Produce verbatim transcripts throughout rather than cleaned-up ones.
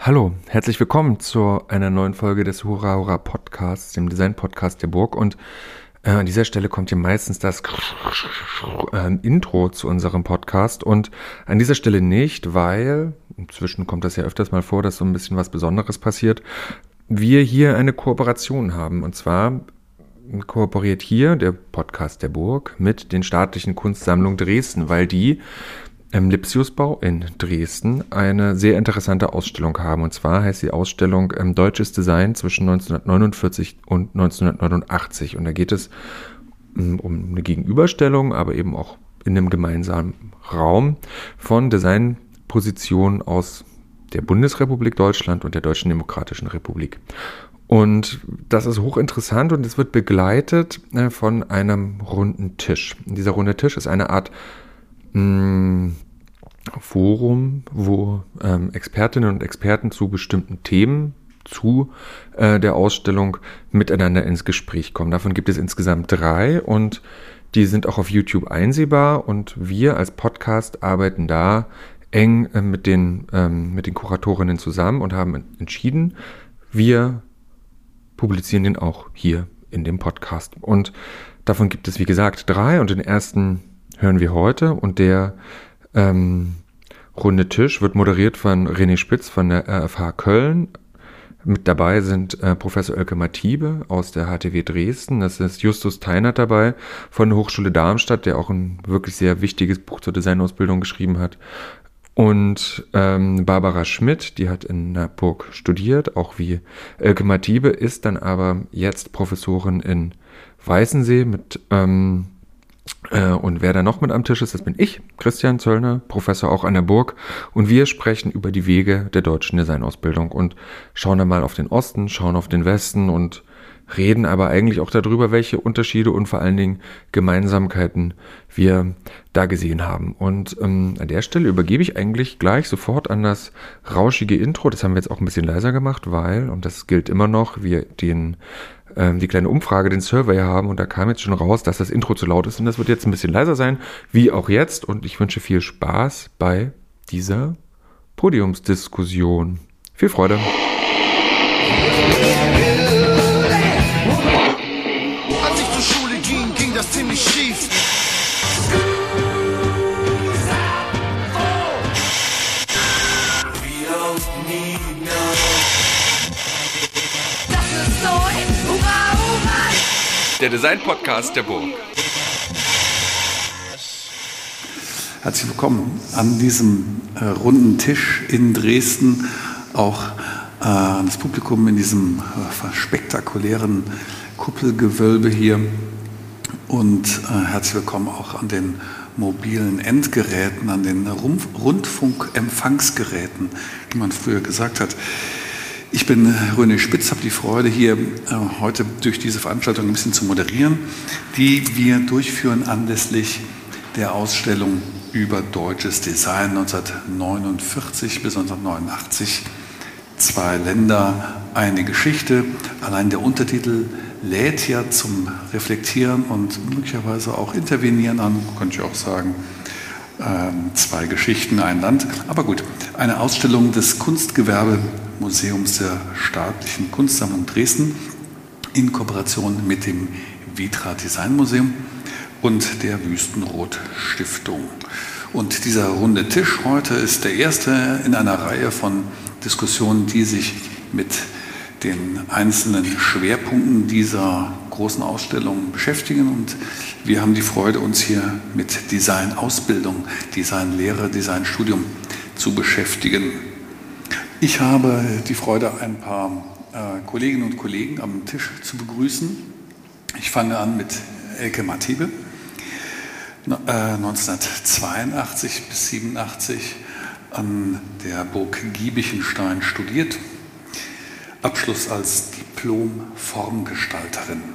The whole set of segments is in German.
Hallo, herzlich willkommen zu einer neuen Folge des Hurra Hurra Podcasts, dem Design-Podcast der Burg. Und äh, an dieser Stelle kommt hier meistens das äh, Intro zu unserem Podcast. Und an dieser Stelle nicht, weil, inzwischen kommt das ja öfters mal vor, dass so ein bisschen was Besonderes passiert, wir hier eine Kooperation haben. Und zwar kooperiert hier der Podcast der Burg mit den Staatlichen Kunstsammlungen Dresden, weil die im Lipsiusbau in Dresden eine sehr interessante Ausstellung haben. Und zwar heißt die Ausstellung ähm, Deutsches Design zwischen neunzehnhundertneunundvierzig und neunzehnhundertneunundachtzig. Und da geht es ähm, um eine Gegenüberstellung, aber eben auch in einem gemeinsamen Raum von Designpositionen aus der Bundesrepublik Deutschland und der Deutschen Demokratischen Republik. Und das ist hochinteressant und es wird begleitet äh, von einem runden Tisch. Und dieser runde Tisch ist eine Art mh, Forum, wo ähm, Expertinnen und Experten zu bestimmten Themen zu äh, der Ausstellung miteinander ins Gespräch kommen. Davon gibt es insgesamt drei und die sind auch auf YouTube einsehbar und wir als Podcast arbeiten da eng äh, mit den, ähm, mit den Kuratorinnen zusammen und haben entschieden, wir publizieren den auch hier in dem Podcast. Und davon gibt es, wie gesagt, drei und den ersten hören wir heute und der ähm, runde Tisch wird moderiert von René Spitz von der R F H Köln. Mit dabei sind äh, Professor Elke Matiebe aus der H T W Dresden. Das ist Justus Teinert dabei von der Hochschule Darmstadt, der auch ein wirklich sehr wichtiges Buch zur Designausbildung geschrieben hat. Und ähm, Barbara Schmidt, die hat in der Burg studiert, auch wie Elke Matiebe, ist dann aber jetzt Professorin in Weißensee mit ähm, äh, und wer da noch mit am Tisch ist, das bin ich, Christian Zöllner, Professor auch an der Burg. Und wir sprechen über die Wege der deutschen Designausbildung und schauen dann mal auf den Osten, schauen auf den Westen und reden aber eigentlich auch darüber, welche Unterschiede und vor allen Dingen Gemeinsamkeiten wir da gesehen haben. Und ähm, an der Stelle übergebe ich eigentlich gleich sofort an das rauschige Intro. Das haben wir jetzt auch ein bisschen leiser gemacht, weil, und das gilt immer noch, wir den ähm, die kleine Umfrage, den Survey haben und da kam jetzt schon raus, dass das Intro zu laut ist und das wird jetzt ein bisschen leiser sein, wie auch jetzt. Und ich wünsche viel Spaß bei dieser Podiumsdiskussion. Viel Freude! Ziemlich schief. Der Design-Podcast der Burg. Herzlich willkommen an diesem äh, runden Tisch in Dresden, auch äh, an das Publikum in diesem äh, spektakulären Kuppelgewölbe hier. Und äh, herzlich willkommen auch an den mobilen Endgeräten, an den Rumpf- Rundfunkempfangsgeräten, wie man früher gesagt hat. Ich bin René Spitz, habe die Freude, hier äh, heute durch diese Veranstaltung ein bisschen zu moderieren, die wir durchführen anlässlich der Ausstellung über deutsches Design neunzehnhundertneunundvierzig bis neunzehnhundertneunundachtzig. Zwei Länder, eine Geschichte. Allein der Untertitel lädt ja zum Reflektieren und möglicherweise auch Intervenieren an, könnte ich auch sagen, ähm, zwei Geschichten, ein Land. Aber gut, eine Ausstellung des Kunstgewerbemuseums der Staatlichen Kunstsammlung Dresden in Kooperation mit dem Vitra Design Museum und der Wüstenrot Stiftung. Und dieser runde Tisch heute ist der erste in einer Reihe von Diskussionen, die sich mit den einzelnen Schwerpunkten dieser großen Ausstellung beschäftigen. Und wir haben die Freude, uns hier mit Designausbildung, Designlehre, Designstudium zu beschäftigen. Ich habe die Freude, ein paar äh, Kolleginnen und Kollegen am Tisch zu begrüßen. Ich fange an mit Elke Matiebe, äh, neunzehnhundertzweiundachtzig bis siebenundachtzig an der Burg Giebichenstein studiert. Abschluss als Diplom-Formgestalterin.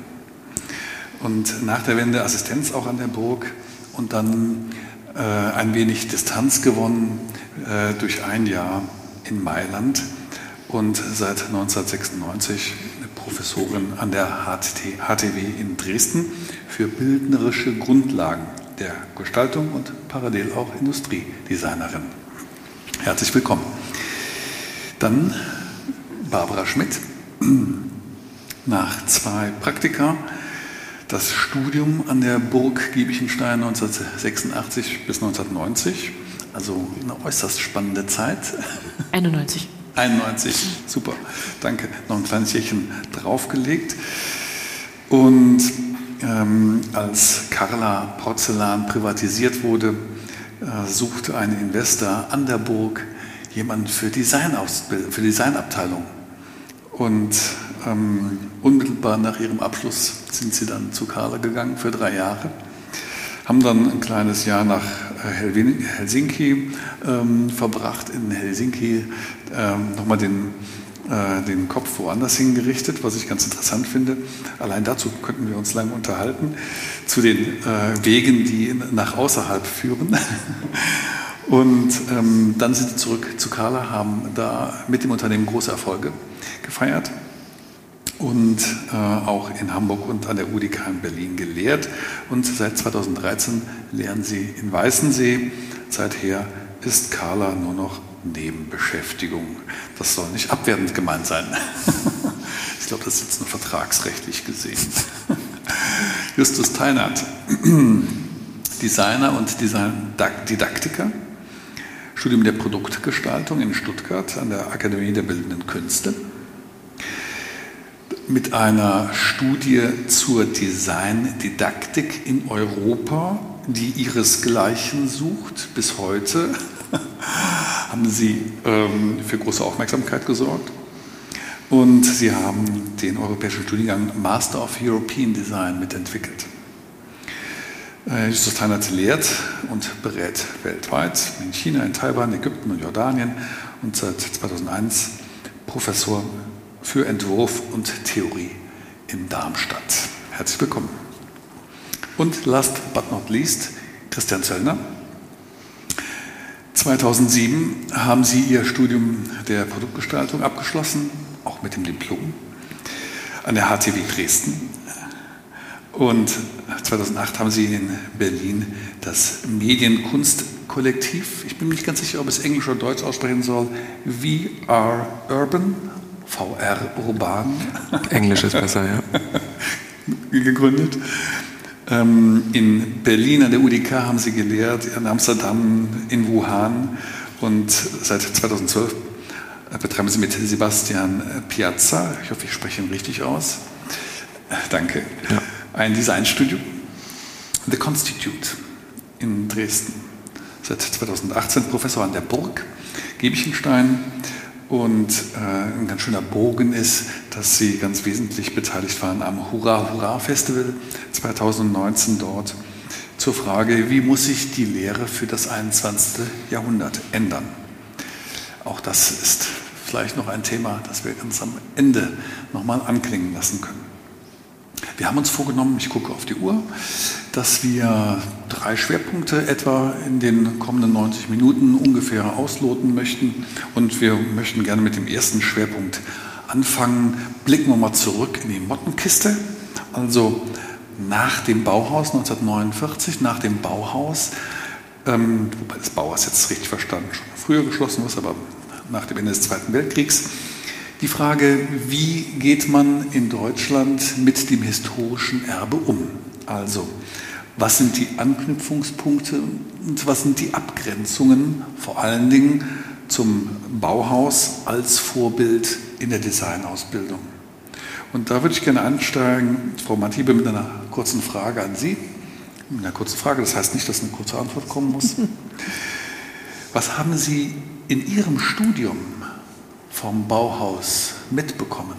Und nach der Wende Assistenz auch an der Burg und dann äh, ein wenig Distanz gewonnen äh, durch ein Jahr in Mailand und seit neunzehnhundertsechsundneunzig Professorin an der H T W in Dresden für bildnerische Grundlagen der Gestaltung und parallel auch Industriedesignerin. Herzlich willkommen. Dann Barbara Schmidt, nach zwei Praktika, das Studium an der Burg Giebichenstein neunzehnhundertsechsundachtzig bis neunzehnhundertneunzig, also eine äußerst spannende Zeit. einundneunzig. einundneunzig, super, danke. Noch ein kleines Jährchen draufgelegt. Und ähm, als Carla Porzellan privatisiert wurde, äh, suchte ein Investor an der Burg jemanden für, Designausbild- für die Designabteilung. Und ähm, unmittelbar nach ihrem Abschluss sind sie dann zu Carla gegangen für drei Jahre, haben dann ein kleines Jahr nach Helsinki ähm, verbracht, in Helsinki ähm, nochmal den, äh, den Kopf woanders hingerichtet, was ich ganz interessant finde. Allein dazu könnten wir uns lange unterhalten, zu den äh, Wegen, die nach außerhalb führen. Und ähm, dann sind sie zurück zu Carla, haben da mit dem Unternehmen große Erfolge gefeiert und äh, auch in Hamburg und an der U D K in Berlin gelehrt. Und seit zweitausenddreizehn lehren sie in Weißensee. Seither ist Carla nur noch Nebenbeschäftigung. Das soll nicht abwertend gemeint sein. Ich glaube, das ist jetzt nur vertragsrechtlich gesehen. Justus Teinert, Designer und Design-Didaktiker, Studium der Produktgestaltung in Stuttgart an der Akademie der Bildenden Künste. Mit einer Studie zur Design-Didaktik in Europa, die ihresgleichen sucht. Bis heute haben sie ähm, für große Aufmerksamkeit gesorgt. Und sie haben den europäischen Studiengang Master of European Design mitentwickelt. Justus Teinert lehrt und berät weltweit, in China, in Taiwan, Ägypten und Jordanien und seit zweitausendeins Professor für Entwurf und Theorie in Darmstadt. Herzlich willkommen. Und last but not least, Christian Zöllner. zweitausendsieben haben Sie Ihr Studium der Produktgestaltung abgeschlossen, auch mit dem Diplom, an der H T W Dresden. Und zweitausendacht haben Sie in Berlin das Medienkunstkollektiv, ich bin mir nicht ganz sicher, ob es Englisch oder Deutsch aussprechen soll, V R Urban, V R Urban. Englisch ist besser, ja. Gegründet. In Berlin an der U D K haben Sie gelehrt, in Amsterdam, in Wuhan und seit zweitausendzwölf betreiben Sie mit Sebastian Piazza, ich hoffe, ich spreche ihn richtig aus, danke, ja. Ein Designstudio, The Constitute in Dresden. Seit zweitausendachtzehn Professor an der Burg Giebichenstein. Und äh, ein ganz schöner Bogen ist, dass Sie ganz wesentlich beteiligt waren am Hurra Hurra Festival zweitausendneunzehn dort zur Frage, wie muss sich die Lehre für das einundzwanzigste Jahrhundert ändern. Auch das ist vielleicht noch ein Thema, das wir ganz am Ende nochmal anklingen lassen können. Wir haben uns vorgenommen, ich gucke auf die Uhr, dass wir drei Schwerpunkte etwa in den kommenden neunzig Minuten ungefähr ausloten möchten. Und wir möchten gerne mit dem ersten Schwerpunkt anfangen. Blicken wir mal zurück in die Mottenkiste. Also nach dem Bauhaus neunzehnhundertneunundvierzig, nach dem Bauhaus, ähm, wobei das Bauhaus jetzt richtig verstanden schon früher geschlossen ist, aber nach dem Ende des Zweiten Weltkriegs. Die Frage, wie geht man in Deutschland mit dem historischen Erbe um? Also, was sind die Anknüpfungspunkte und was sind die Abgrenzungen, vor allen Dingen zum Bauhaus als Vorbild in der Designausbildung? Und da würde ich gerne einsteigen, Frau Matibe, mit einer kurzen Frage an Sie. Mit einer kurzen Frage, das heißt nicht, dass eine kurze Antwort kommen muss. Was haben Sie in Ihrem Studium vom Bauhaus mitbekommen?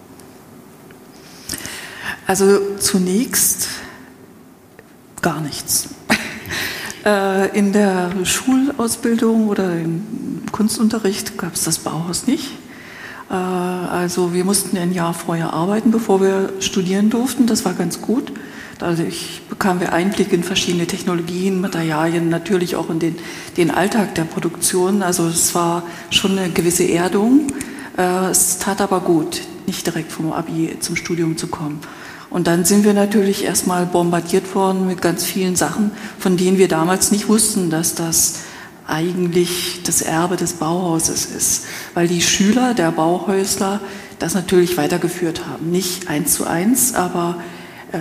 Also zunächst gar nichts. In der Schulausbildung oder im Kunstunterricht gab es das Bauhaus nicht. Also wir mussten ein Jahr vorher arbeiten, bevor wir studieren durften. Das war ganz gut. Dadurch bekamen wir Einblick in verschiedene Technologien, Materialien, natürlich auch in den, den Alltag der Produktion. Also es war schon eine gewisse Erdung. Es tat aber gut, nicht direkt vom Abi zum Studium zu kommen. Und dann sind wir natürlich erstmal bombardiert worden mit ganz vielen Sachen, von denen wir damals nicht wussten, dass das eigentlich das Erbe des Bauhauses ist, weil die Schüler der Bauhäusler das natürlich weitergeführt haben. Nicht eins zu eins, aber äh,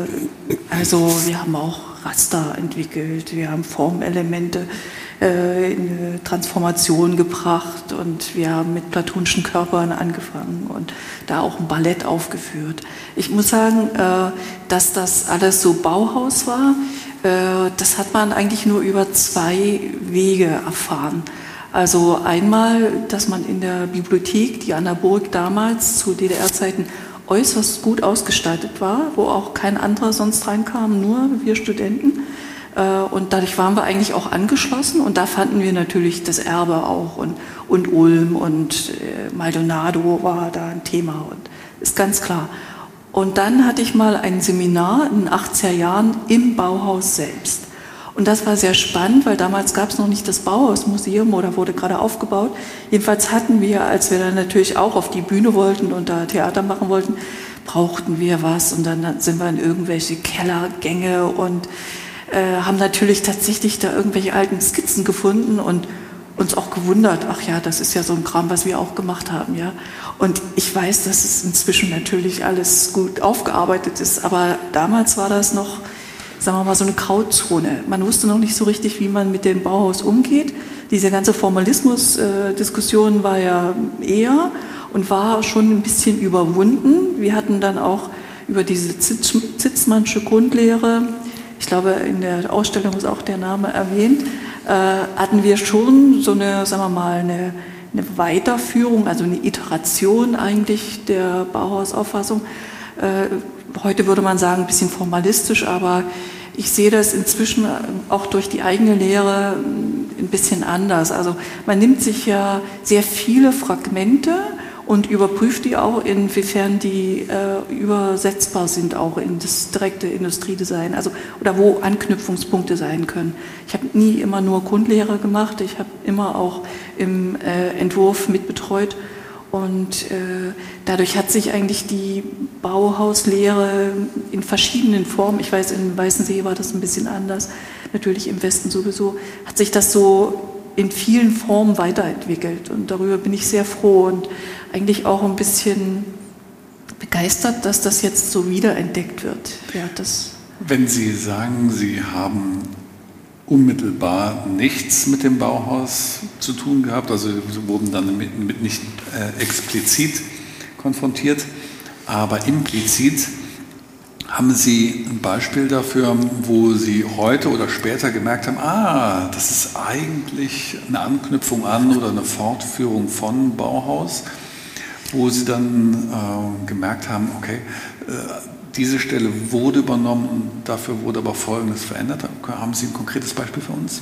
also wir haben auch Raster entwickelt, wir haben Formelemente äh, in eine Transformation gebracht und wir haben mit platonischen Körpern angefangen und da auch ein Ballett aufgeführt. Ich muss sagen, äh, dass das alles so Bauhaus war, äh, das hat man eigentlich nur über zwei Wege erfahren. Also einmal, dass man in der Bibliothek, die an der Burg damals zu D D R-Zeiten äußerst gut ausgestaltet war, wo auch kein anderer sonst reinkam, nur wir Studenten. Und dadurch waren wir eigentlich auch angeschlossen und da fanden wir natürlich das Erbe auch und, und Ulm und Maldonado war da ein Thema und ist ganz klar. Und dann hatte ich mal ein Seminar in den achtziger Jahren im Bauhaus selbst. Und das war sehr spannend, weil damals gab es noch nicht das Bauhausmuseum oder wurde gerade aufgebaut. Jedenfalls hatten wir, als wir dann natürlich auch auf die Bühne wollten und da Theater machen wollten, brauchten wir was. Und dann sind wir in irgendwelche Kellergänge und äh, haben natürlich tatsächlich da irgendwelche alten Skizzen gefunden und uns auch gewundert, ach ja, das ist ja so ein Kram, was wir auch gemacht haben, ja. Und ich weiß, dass es inzwischen natürlich alles gut aufgearbeitet ist, aber damals war das noch, sagen wir mal, so eine Grauzone. Man wusste noch nicht so richtig, wie man mit dem Bauhaus umgeht. Diese ganze Formalismus-Diskussion war ja eher und war schon ein bisschen überwunden. Wir hatten dann auch über diese Zitzmannsche Grundlehre, ich glaube, in der Ausstellung ist auch der Name erwähnt, äh, hatten wir schon so eine, sagen wir mal, eine, eine Weiterführung, also eine Iteration eigentlich der Bauhausauffassung. Äh, heute würde man sagen, ein bisschen formalistisch, aber ich sehe das inzwischen auch durch die eigene Lehre ein bisschen anders. Also man nimmt sich ja sehr viele Fragmente und überprüft die auch, inwiefern die äh, übersetzbar sind auch in das direkte Industriedesign, also oder wo Anknüpfungspunkte sein können. Ich habe nie immer nur Grundlehre gemacht, ich habe immer auch im äh, Entwurf mitbetreut. Und äh, dadurch hat sich eigentlich die Bauhauslehre in verschiedenen Formen, ich weiß, in Weißensee war das ein bisschen anders, natürlich im Westen sowieso, hat sich das so in vielen Formen weiterentwickelt. Und darüber bin ich sehr froh und eigentlich auch ein bisschen begeistert, dass das jetzt so wiederentdeckt wird. Ja, das Wenn Sie sagen, Sie haben unmittelbar nichts mit dem Bauhaus zu tun gehabt, also Sie wurden dann mit, mit nicht äh, explizit konfrontiert, aber implizit. Haben Sie ein Beispiel dafür, wo Sie heute oder später gemerkt haben, ah, das ist eigentlich eine Anknüpfung an oder eine Fortführung von Bauhaus, wo Sie dann äh, gemerkt haben, okay, äh, diese Stelle wurde übernommen und dafür wurde aber Folgendes verändert. Haben Sie ein konkretes Beispiel für uns?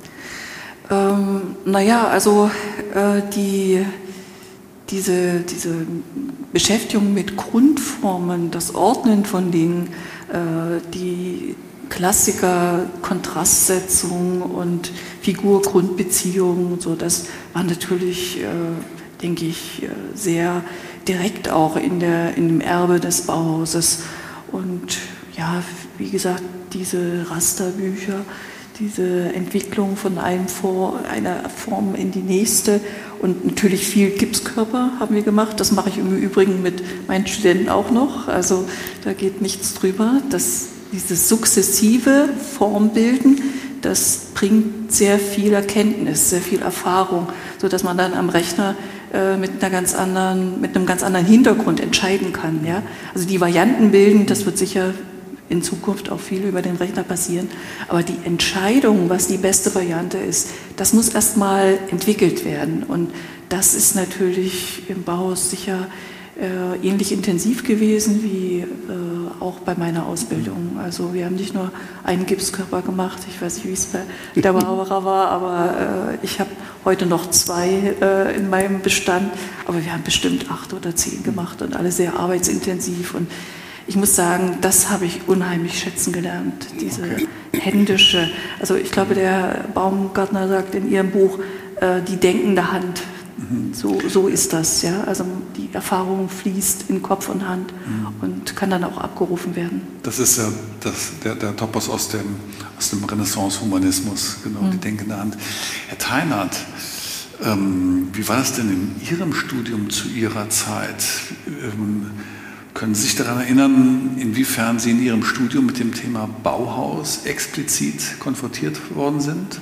Ähm, naja, also äh, die, diese, diese Beschäftigung mit Grundformen, das Ordnen von Dingen, äh, die Klassiker, Kontrastsetzung und Figur-Grundbeziehung und so, das war natürlich, äh, denke ich, sehr direkt auch in, der, in dem Erbe des Bauhauses. Und ja, wie gesagt, diese Rasterbücher, diese Entwicklung von einem Vor, einer Form in die nächste und natürlich viel Gipskörper haben wir gemacht. Das mache ich im Übrigen mit meinen Studenten auch noch. Also da geht nichts drüber. Das, dieses sukzessive Formbilden, das bringt sehr viel Erkenntnis, sehr viel Erfahrung, sodass man dann am Rechner mit einer ganz anderen, mit einem ganz anderen Hintergrund entscheiden kann. Ja? Also die Varianten bilden, das wird sicher in Zukunft auch viel über den Rechner passieren, aber die Entscheidung, was die beste Variante ist, das muss erstmal entwickelt werden und das ist natürlich im Bauhaus sicher äh, ähnlich intensiv gewesen wie äh, auch bei meiner Ausbildung. Also wir haben nicht nur einen Gipskörper gemacht, ich weiß nicht, wie es bei der Barbara war, aber äh, ich habe heute noch zwei äh, in meinem Bestand, aber wir haben bestimmt acht oder zehn gemacht und alle sehr arbeitsintensiv und ich muss sagen, das habe ich unheimlich schätzen gelernt, diese okay. händische, also ich glaube, der Baumgartner sagt in ihrem Buch, äh, die denkende Hand, Mhm. So, so ist das, ja. Also die Erfahrung fließt in Kopf und Hand mhm. und kann dann auch abgerufen werden. Das ist ja das, der, der Topos aus dem, aus dem Renaissance-Humanismus, genau, mhm. die denkende Hand. Herr Theinert, ähm, wie war das denn in Ihrem Studium zu Ihrer Zeit? Ähm, können Sie sich daran erinnern, inwiefern Sie in Ihrem Studium mit dem Thema Bauhaus explizit konfrontiert worden sind?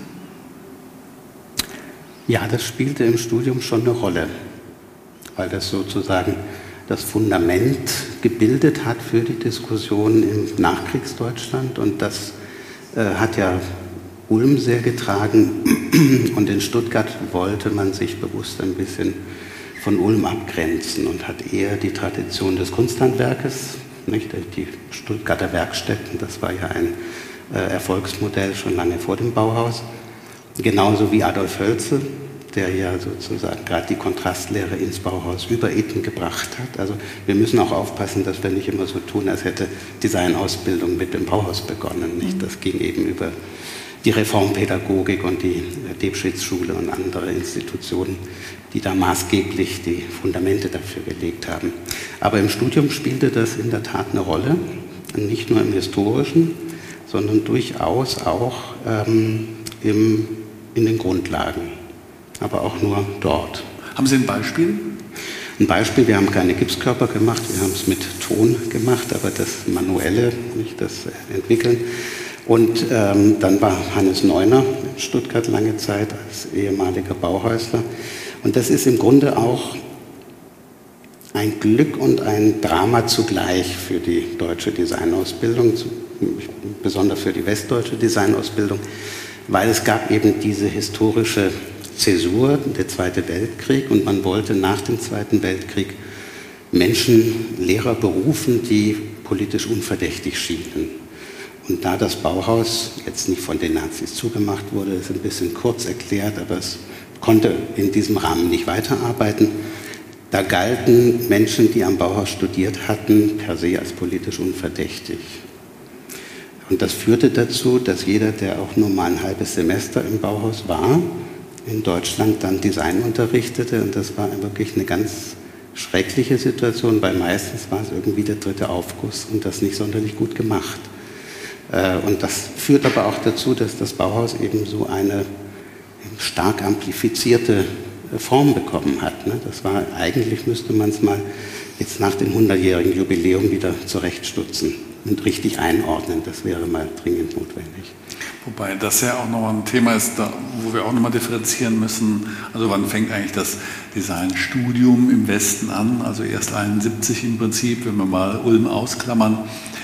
Ja, das spielte im Studium schon eine Rolle, weil das sozusagen das Fundament gebildet hat für die Diskussion im Nachkriegsdeutschland. Und das äh, hat ja Ulm sehr getragen. Und in Stuttgart wollte man sich bewusst ein bisschen von Ulm abgrenzen und hat eher die Tradition des Kunsthandwerkes, nicht? Die Stuttgarter Werkstätten, das war ja ein äh, Erfolgsmodell schon lange vor dem Bauhaus. Genauso wie Adolf Hölzel, der ja sozusagen gerade die Kontrastlehre ins Bauhaus über Eden gebracht hat. Also wir müssen auch aufpassen, dass wir nicht immer so tun, als hätte Designausbildung mit dem Bauhaus begonnen. Nicht? Das ging eben über die Reformpädagogik und die Debschitz-Schule und andere Institutionen, die da maßgeblich die Fundamente dafür gelegt haben. Aber im Studium spielte das in der Tat eine Rolle, nicht nur im Historischen, sondern durchaus auch ähm, im, in den Grundlagen, aber auch nur dort. Haben Sie ein Beispiel? Ein Beispiel, wir haben keine Gipskörper gemacht, wir haben es mit Ton gemacht, aber das Manuelle, nicht das Entwickeln. Und ähm, dann war Hannes Neuner in Stuttgart lange Zeit als ehemaliger Bauhäusler. Und das ist im Grunde auch ein Glück und ein Drama zugleich für die deutsche Designausbildung, besonders für die westdeutsche Designausbildung, weil es gab eben diese historische Zäsur, der Zweite Weltkrieg, und man wollte nach dem Zweiten Weltkrieg Menschen, Lehrer berufen, die politisch unverdächtig schienen. Und da das Bauhaus jetzt nicht von den Nazis zugemacht wurde, ist ein bisschen kurz erklärt, aber es konnte in diesem Rahmen nicht weiterarbeiten. Da galten Menschen, die am Bauhaus studiert hatten, per se als politisch unverdächtig. Und das führte dazu, dass jeder, der auch nur mal ein halbes Semester im Bauhaus war, in Deutschland dann Design unterrichtete. Und das war wirklich eine ganz schreckliche Situation, weil meistens war es irgendwie der dritte Aufguss und das nicht sonderlich gut gemacht. Und das führt aber auch dazu, dass das Bauhaus eben so eine stark amplifizierte Form bekommen hat. Das war, eigentlich müsste man es mal jetzt nach dem hundertjährigen Jubiläum wieder zurechtstutzen und richtig einordnen. Das wäre mal dringend notwendig. Wobei das ja auch nochmal ein Thema ist, da, wo wir auch nochmal differenzieren müssen. Also wann fängt eigentlich das Designstudium im Westen an? Also erst einundsiebzig im Prinzip, wenn wir mal Ulm ausklammern.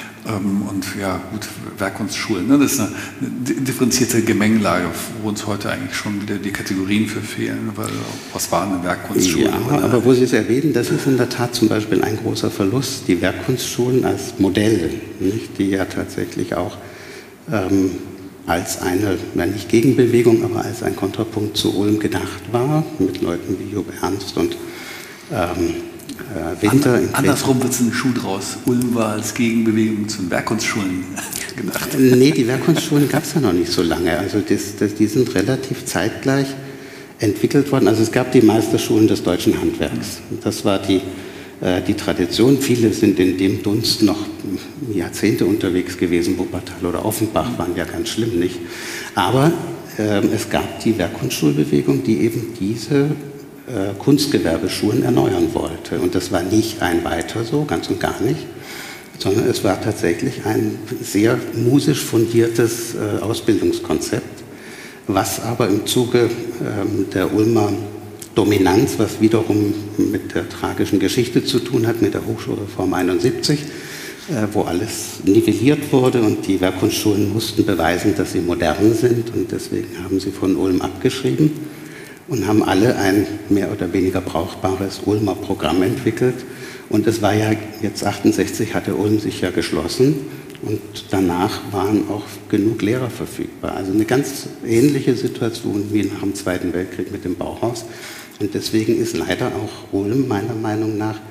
Und ja, gut, Werkkunstschulen, ne? Das ist eine differenzierte Gemengelage, wo uns heute eigentlich schon wieder die Kategorien für fehlen, weil was war eine Werkkunstschule? Ja, aber wo Sie es erwähnen, das ist in der Tat zum Beispiel ein großer Verlust, die Werkkunstschulen als Modell, nicht? Die ja tatsächlich auch ähm, als eine, na nicht Gegenbewegung, aber als ein Kontrapunkt zu Ulm gedacht war, mit Leuten wie Job Ernst und ähm, Winter. And, andersrum wird es ein Schuh draus. Ulm war als Gegenbewegung zu den Werkkunstschulen gedacht. Nee, die Werkkunstschulen gab es ja noch nicht so lange. Also das, das, die sind relativ zeitgleich entwickelt worden. Also es gab die Meisterschulen des deutschen Handwerks. Das war die, äh, die Tradition. Viele sind in dem Dunst noch Jahrzehnte unterwegs gewesen. Wuppertal oder Offenbach waren ja ganz schlimm, nicht? Aber äh, es gab die Werkkunstschulbewegung, die eben diese Kunstgewerbeschulen erneuern wollte. Und das war nicht ein Weiter so, ganz und gar nicht, sondern es war tatsächlich ein sehr musisch fundiertes äh, Ausbildungskonzept, was aber im Zuge ähm, der Ulmer Dominanz, was wiederum mit der tragischen Geschichte zu tun hat, mit der Hochschulreform einundsiebzig, äh, wo alles nivelliert wurde und die Werkkunstschulen mussten beweisen, dass sie modern sind, und deswegen haben sie von Ulm abgeschrieben und haben alle ein mehr oder weniger brauchbares Ulmer Programm entwickelt. Und es war ja, jetzt achtundsechzig hatte Ulm sich ja geschlossen und danach waren auch genug Lehrer verfügbar. Also eine ganz ähnliche Situation wie nach dem Zweiten Weltkrieg mit dem Bauhaus. Und deswegen ist leider auch Ulm meiner Meinung nach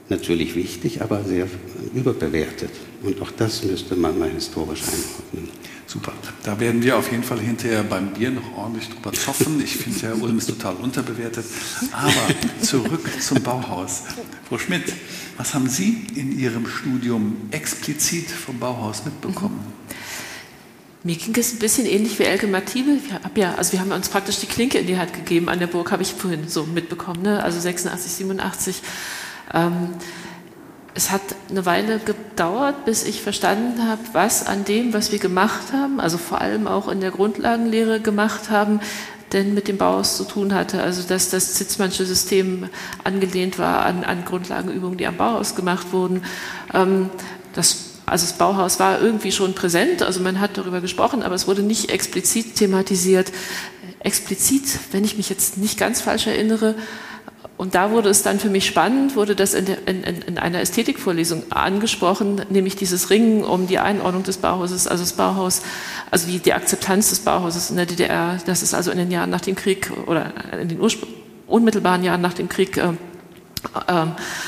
natürlich wichtig, aber sehr überbewertet. Und auch das müsste man mal historisch einordnen. Super. Da werden wir auf jeden Fall hinterher beim Bier noch ordentlich drüber zoffen. Ich finde, der Ulm ist total unterbewertet. Aber zurück zum Bauhaus. Frau Schmidt, was haben Sie in Ihrem Studium explizit vom Bauhaus mitbekommen? Mir ging es ein bisschen ähnlich wie Elke Mathiebe. Wir, hab ja, also wir haben uns praktisch die Klinke in die Hand gegeben an der Burg, habe ich vorhin so mitbekommen, ne? Also sechsundachtzig, siebenundachtzig. Ähm, es hat eine Weile gedauert, bis ich verstanden habe, was an dem, was wir gemacht haben, also vor allem auch in der Grundlagenlehre gemacht haben, denn mit dem Bauhaus zu tun hatte. Also dass das Zitzmannsche System angelehnt war an, an Grundlagenübungen, die am Bauhaus gemacht wurden. Ähm, das Also das Bauhaus war irgendwie schon präsent, also man hat darüber gesprochen, aber es wurde nicht explizit thematisiert. Explizit, wenn ich mich jetzt nicht ganz falsch erinnere, und da wurde es dann für mich spannend, wurde das in, der, in, in einer Ästhetikvorlesung angesprochen, nämlich dieses Ringen um die Einordnung des Bauhauses, also das Bauhaus, also die, die Akzeptanz des Bauhauses in der D D R, das ist also in den Jahren nach dem Krieg oder in den unmittelbaren Jahren nach dem Krieg äh, äh,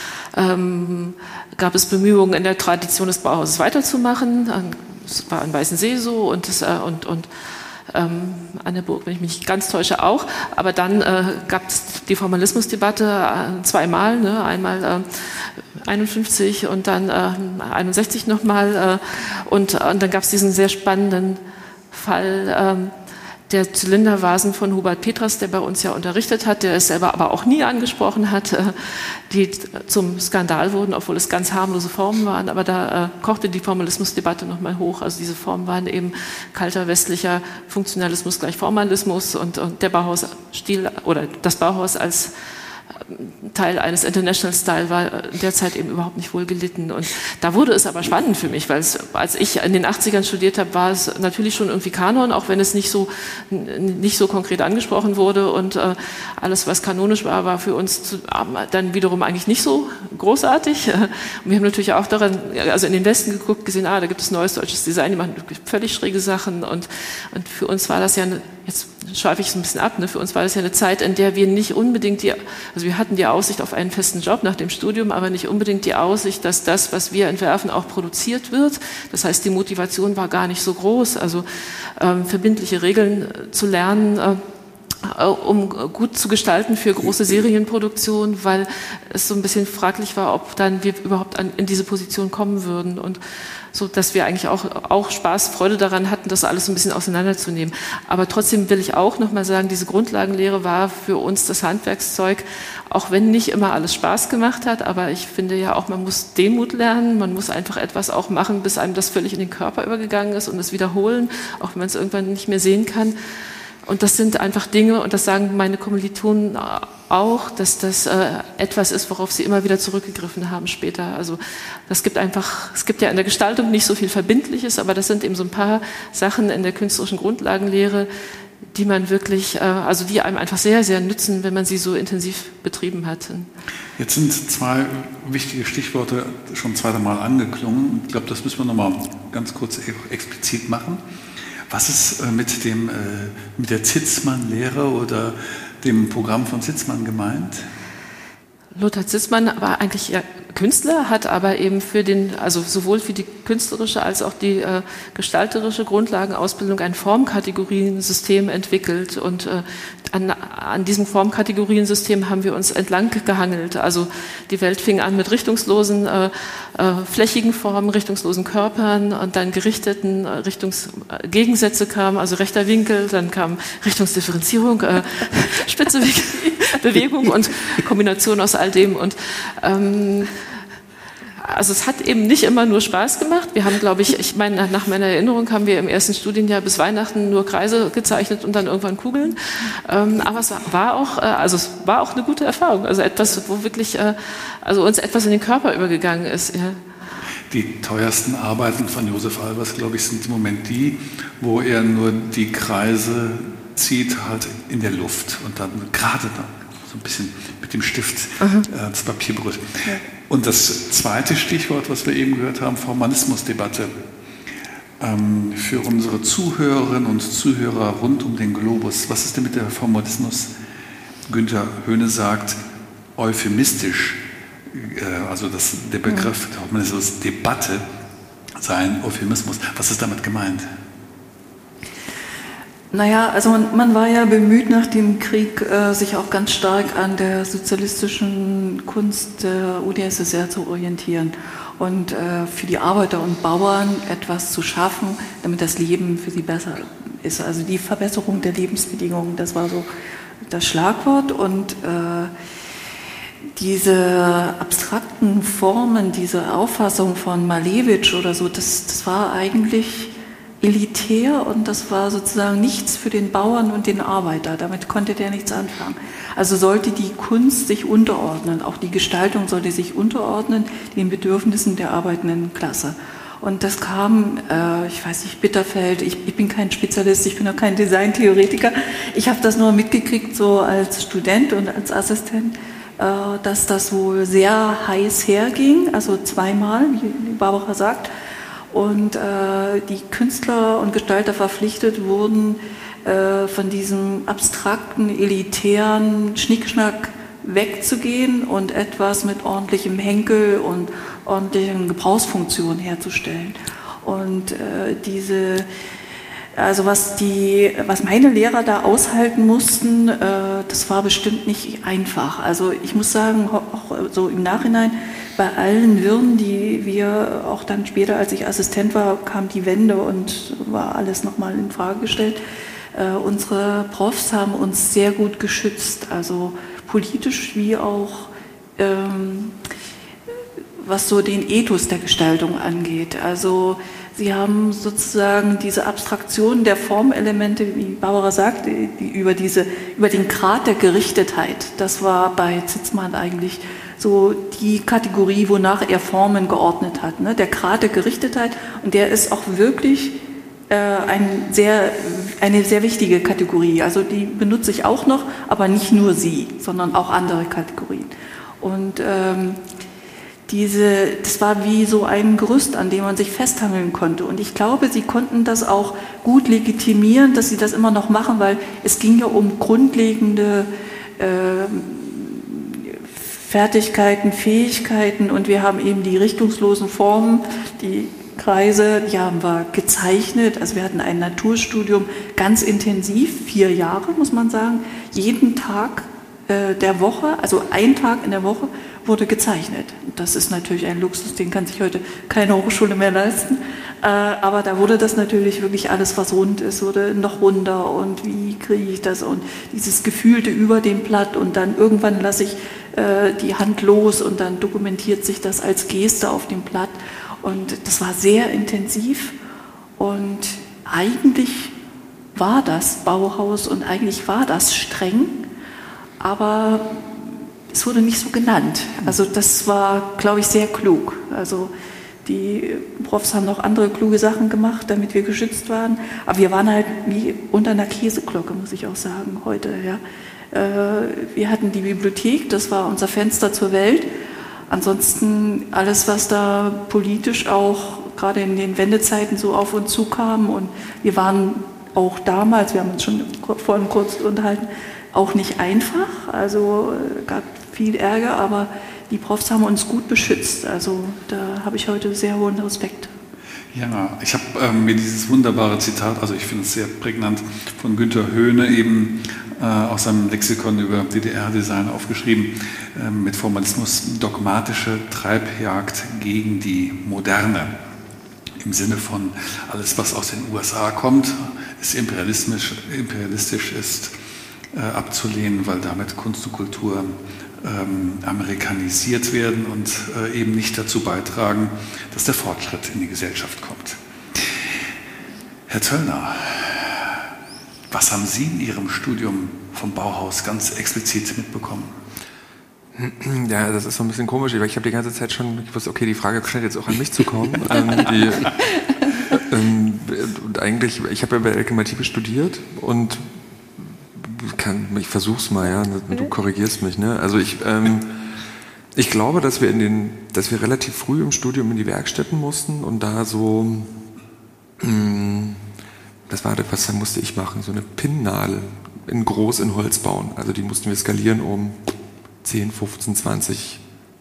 Ähm, gab es Bemühungen, in der Tradition des Bauhauses weiterzumachen. Es war an Weißensee so und, das, äh, und, und ähm, an der Burg, wenn ich mich nicht ganz täusche, auch. Aber dann äh, gab es die Formalismusdebatte äh, zweimal, ne? Einmal äh, einundfünfzig und dann äh, einundsechzig nochmal. Äh, und, und dann gab es diesen sehr spannenden Fall äh, der Zylindervasen von Hubert Petras, der bei uns ja unterrichtet hat, der es selber aber auch nie angesprochen hat, die zum Skandal wurden, obwohl es ganz harmlose Formen waren. Aber da äh, kochte die Formalismusdebatte nochmal hoch. Also diese Formen waren eben kalter westlicher Funktionalismus gleich Formalismus und, und der Bauhausstil oder das Bauhaus als Teil eines International Style war derzeit eben überhaupt nicht wohl gelitten. Und da wurde es aber spannend für mich, weil es, als ich in den achtzigern studiert habe, war es natürlich schon irgendwie Kanon, auch wenn es nicht so, nicht so konkret angesprochen wurde. Und äh, alles, was kanonisch war, war für uns zu, dann wiederum eigentlich nicht so großartig. Und wir haben natürlich auch daran, also in den Westen geguckt, gesehen, ah, da gibt es neues deutsches Design, die machen völlig schräge Sachen. Und, und für uns war das ja, eine, jetzt schweife ich es ein bisschen ab, ne? Für uns war das ja eine Zeit, in der wir nicht unbedingt die, also wir hatten die Aussicht auf einen festen Job nach dem Studium, aber nicht unbedingt die Aussicht, dass das, was wir entwerfen, auch produziert wird. Das heißt, die Motivation war gar nicht so groß, also ähm, verbindliche Regeln zu lernen, äh, um gut zu gestalten für große Serienproduktion, weil es so ein bisschen fraglich war, ob dann wir überhaupt an, in diese Position kommen würden und so, dass wir eigentlich auch, auch Spaß, Freude daran hatten, das alles so ein bisschen auseinanderzunehmen. Aber trotzdem will ich auch nochmal sagen, diese Grundlagenlehre war für uns das Handwerkszeug, auch wenn nicht immer alles Spaß gemacht hat, aber ich finde ja auch, man muss Demut lernen, man muss einfach etwas auch machen, bis einem das völlig in den Körper übergegangen ist und es wiederholen, auch wenn man es irgendwann nicht mehr sehen kann. Und das sind einfach Dinge, und das sagen meine Kommilitonen auch, dass das äh, etwas ist, worauf sie immer wieder zurückgegriffen haben später. Also das gibt einfach, es gibt ja in der Gestaltung nicht so viel Verbindliches, aber das sind eben so ein paar Sachen in der künstlerischen Grundlagenlehre, die man wirklich, äh, also die einem einfach sehr, sehr nützen, wenn man sie so intensiv betrieben hat. Jetzt sind zwei wichtige Stichworte schon zweite Mal angeklungen. Ich glaube, das müssen wir nochmal ganz kurz explizit machen. Was ist mit, dem, mit der Zitzmann-Lehre oder dem Programm von Zitzmann gemeint? Lothar Zitzmann war eigentlich ja Künstler, hat aber eben für den, also sowohl für die künstlerische als auch die äh, gestalterische Grundlagenausbildung ein Formkategoriensystem entwickelt. Und äh, an, an diesem Formkategoriensystem haben wir uns entlang gehangelt. Also die Welt fing an mit richtungslosen, äh, äh, flächigen Formen, richtungslosen Körpern und dann gerichteten äh, Richtungsgegensätze kamen, also rechter Winkel, dann kam Richtungsdifferenzierung, äh, spitze Bewegung und Kombination aus all dem. Und ähm, also es hat eben nicht immer nur Spaß gemacht. Wir haben, glaube ich, ich meine, nach meiner Erinnerung haben wir im ersten Studienjahr bis Weihnachten nur Kreise gezeichnet und dann irgendwann Kugeln. Ähm, aber es war, war auch, äh, also es war auch eine gute Erfahrung. Also etwas, wo wirklich, äh, also uns etwas in den Körper übergegangen ist. Ja. Die teuersten Arbeiten von Josef Albers, glaube ich, sind im Moment die, wo er nur die Kreise zieht, halt in der Luft und dann gerade dann so ein bisschen mit dem Stift äh, das Papier berührt. Ja. Und das zweite Stichwort, was wir eben gehört haben, Formalismusdebatte. Ähm, für unsere Zuhörerinnen und Zuhörer rund um den Globus, was ist denn mit der Formalismus? Günther Höhne sagt, euphemistisch also das, der Begriff, ob man so ist, Debatte, sei ein Euphemismus. Was ist damit gemeint? Naja, also man, man war ja bemüht nach dem Krieg, äh, sich auch ganz stark an der sozialistischen Kunst der U d S S R zu orientieren und äh, für die Arbeiter und Bauern etwas zu schaffen, damit das Leben für sie besser ist. Also die Verbesserung der Lebensbedingungen, das war so das Schlagwort. Und äh, diese abstrakten Formen, diese Auffassung von Malevich oder so, das, das war eigentlich elitär und das war sozusagen nichts für den Bauern und den Arbeiter. Damit konnte der nichts anfangen. Also sollte die Kunst sich unterordnen, auch die Gestaltung sollte sich unterordnen den Bedürfnissen der arbeitenden Klasse. Und das kam, äh, ich weiß nicht, Bitterfeld, ich, ich bin kein Spezialist, ich bin auch kein Designtheoretiker. Ich habe das nur mitgekriegt so als Student und als Assistent, äh, dass das wohl sehr heiß herging, also zweimal, wie Barbara sagt. Und äh, die Künstler und Gestalter verpflichtet wurden, äh, von diesem abstrakten, elitären Schnickschnack wegzugehen und etwas mit ordentlichem Henkel und ordentlichen Gebrauchsfunktionen herzustellen. Und äh, diese, also was die, was meine Lehrer da aushalten mussten, äh, das war bestimmt nicht einfach. Also ich muss sagen, auch so im Nachhinein, bei allen Wirren, die wir auch dann später, als ich Assistent war, kam die Wende und war alles nochmal in Frage gestellt. Äh, unsere Profs haben uns sehr gut geschützt, also politisch wie auch ähm, was so den Ethos der Gestaltung angeht. Also sie haben sozusagen diese Abstraktion der Formelemente, wie Barbara sagt, die, über, diese, über den Grad der Gerichtetheit, das war bei Zitzmann eigentlich so die Kategorie, wonach er Formen geordnet hat. Ne? Der Grad der Gerichtetheit, und der ist auch wirklich äh, ein sehr, eine sehr wichtige Kategorie. Also die benutze ich auch noch, aber nicht nur sie, sondern auch andere Kategorien. Und ähm, diese, das war wie so ein Gerüst, an dem man sich festhangeln konnte. Und ich glaube, sie konnten das auch gut legitimieren, dass sie das immer noch machen, weil es ging ja um grundlegende äh, Fertigkeiten, Fähigkeiten, und wir haben eben die richtungslosen Formen, die Kreise, die haben wir gezeichnet. Also wir hatten ein Naturstudium ganz intensiv, vier Jahre muss man sagen, jeden Tag äh, der Woche, also ein Tag in der Woche wurde gezeichnet. Das ist natürlich ein Luxus, den kann sich heute keine Hochschule mehr leisten. Äh, aber da wurde das natürlich wirklich alles, was rund ist, wurde noch runder, und wie kriege ich das, und dieses Gefühlte über dem Blatt, und dann irgendwann lasse ich äh, die Hand los und dann dokumentiert sich das als Geste auf dem Blatt. Und das war sehr intensiv, und eigentlich war das Bauhaus und eigentlich war das streng, aber es wurde nicht so genannt. Also das war, glaube ich, sehr klug. Also die Profs haben noch andere kluge Sachen gemacht, damit wir geschützt waren. Aber wir waren halt wie unter einer Käseglocke, muss ich auch sagen, heute. Ja. Wir hatten die Bibliothek, das war unser Fenster zur Welt. Ansonsten alles, was da politisch auch gerade in den Wendezeiten so auf uns zukam. Und wir waren auch damals, wir haben uns schon vorhin kurz unterhalten, auch nicht einfach. Also gab viel Ärger, aber die Profs haben uns gut beschützt. Also da habe ich heute sehr hohen Respekt. Ja, ich habe ähm, mir dieses wunderbare Zitat, also ich finde es sehr prägnant, von Günter Höhne eben äh, aus seinem Lexikon über D D R-Design aufgeschrieben, äh, mit Formalismus: dogmatische Treibjagd gegen die Moderne. Im Sinne von, alles, was aus den U S A kommt, ist imperialistisch, imperialistisch ist äh, abzulehnen, weil damit Kunst und Kultur ähm, amerikanisiert werden und äh, eben nicht dazu beitragen, dass der Fortschritt in die Gesellschaft kommt. Herr Zöllner, was haben Sie in Ihrem Studium vom Bauhaus ganz explizit mitbekommen? Ja, das ist so ein bisschen komisch, weil ich habe die ganze Zeit schon, ich wusste, okay, die Frage scheint jetzt auch an mich zu kommen. ähm, die, ähm, und eigentlich, ich habe ja bei Elke Mathiebe studiert und kann, ich versuch's mal, ja, du korrigierst mich, ne? Also ich, ähm, ich glaube, dass wir in den, dass wir relativ früh im Studium in die Werkstätten mussten und da so, mh, das war, was musste ich machen, so eine Pinnnadel in groß in Holz bauen. Also die mussten wir skalieren um zehn, fünfzehn, zwanzig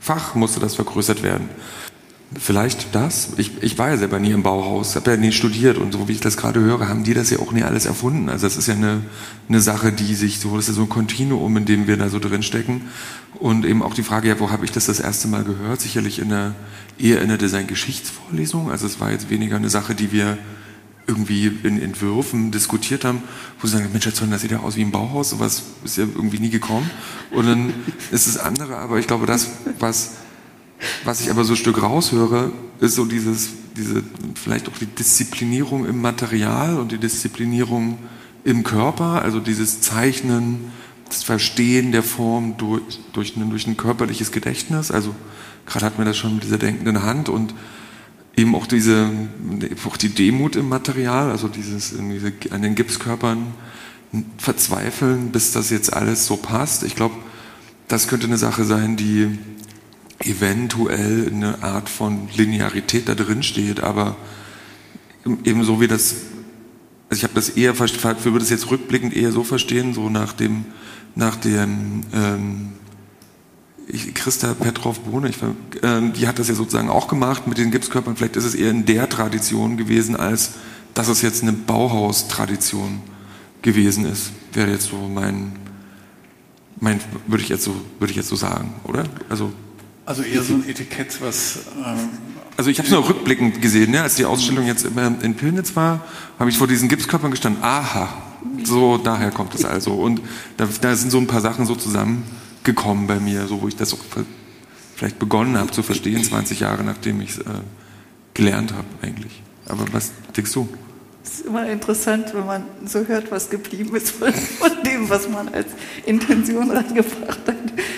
Fach musste das vergrößert werden. Vielleicht das. Ich, ich war ja selber nie im Bauhaus, habe ja nie studiert und so wie ich das gerade höre, haben die das ja auch nie alles erfunden. Also das ist ja eine, eine Sache, die sich so, das ist ja so ein Kontinuum, in dem wir da so drin stecken. Und eben auch die Frage, ja, wo habe ich das das erste Mal gehört? Sicherlich in der, eher in der Design-Geschichtsvorlesung. Also es war jetzt weniger eine Sache, die wir irgendwie in Entwürfen diskutiert haben, wo sie sagen, Mensch, Herr Zollner, das sieht ja aus wie ein Bauhaus, sowas ist ja irgendwie nie gekommen. Und dann ist es andere, aber ich glaube, das, was Was ich aber so ein Stück raushöre, ist so dieses, diese, vielleicht auch die Disziplinierung im Material und die Disziplinierung im Körper, also dieses Zeichnen, das Verstehen der Form durch, durch, ein, durch ein körperliches Gedächtnis. Also gerade hatten wir das schon mit dieser denkenden Hand und eben auch diese, auch die Demut im Material, also dieses diese, an den Gipskörpern verzweifeln, bis das jetzt alles so passt. Ich glaube, das könnte eine Sache sein, die eventuell eine Art von Linearität da drin steht, aber ebenso wie das, also ich habe das eher, ich würde das jetzt rückblickend eher so verstehen, so nach dem, nach dem ähm, ich, Christa Petrov-Bohne, ich, äh, die hat das ja sozusagen auch gemacht mit den Gipskörpern, vielleicht ist es eher in der Tradition gewesen, als dass es jetzt eine Bauhaus-Tradition gewesen ist, wäre jetzt so mein, mein würde ich jetzt so, würde ich jetzt so sagen, oder? Also Also eher so ein Etikett, was... Ähm also ich habe es nur rückblickend gesehen, ne? Als die Ausstellung jetzt in Pillnitz war, habe ich vor diesen Gipskörpern gestanden, aha, so daher kommt es also. Und da, da sind so ein paar Sachen so zusammengekommen bei mir, so wo ich das auch vielleicht begonnen habe zu verstehen, zwanzig Jahre nachdem ich es äh, gelernt habe eigentlich. Aber was denkst du? Es ist immer interessant, wenn man so hört, was geblieben ist von, von dem, was man als Intention reingebracht hat.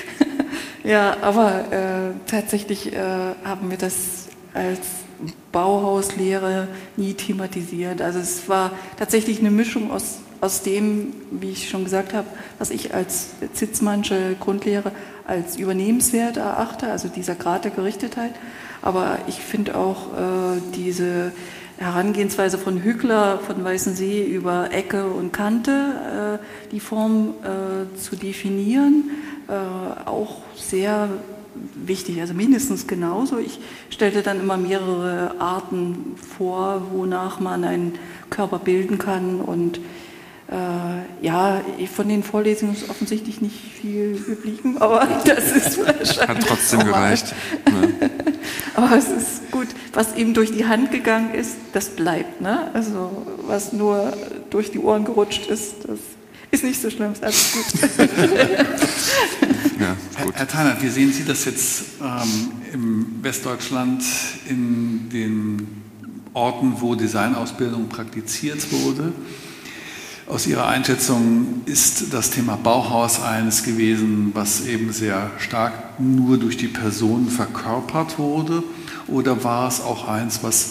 Ja, aber äh, tatsächlich äh, haben wir das als Bauhauslehre nie thematisiert. Also es war tatsächlich eine Mischung aus, aus dem, wie ich schon gesagt habe, was ich als Zitzmannsche Grundlehre als übernehmenswert erachte, also dieser Grad der Gerichtetheit. Aber ich finde auch äh, diese Herangehensweise von Hückler, von Weißensee über Ecke und Kante, äh, die Form äh, zu definieren, äh, auch sehr wichtig, also mindestens genauso. Ich stellte dann immer mehrere Arten vor, wonach man einen Körper bilden kann und äh, ja, von den Vorlesungen ist offensichtlich nicht viel geblieben, aber das ist wahrscheinlich hat trotzdem gereicht. Ja. Aber es ist gut, was eben durch die Hand gegangen ist, das bleibt, ne? Also was nur durch die Ohren gerutscht ist, das ist nicht so schlimm, ist alles gut. Ja, gut. Herr, Herr Theinert, wie sehen Sie das jetzt ähm, im Westdeutschland in den Orten, wo Designausbildung praktiziert wurde? Aus Ihrer Einschätzung ist das Thema Bauhaus eines gewesen, was eben sehr stark nur durch die Person verkörpert wurde? Oder war es auch eins, was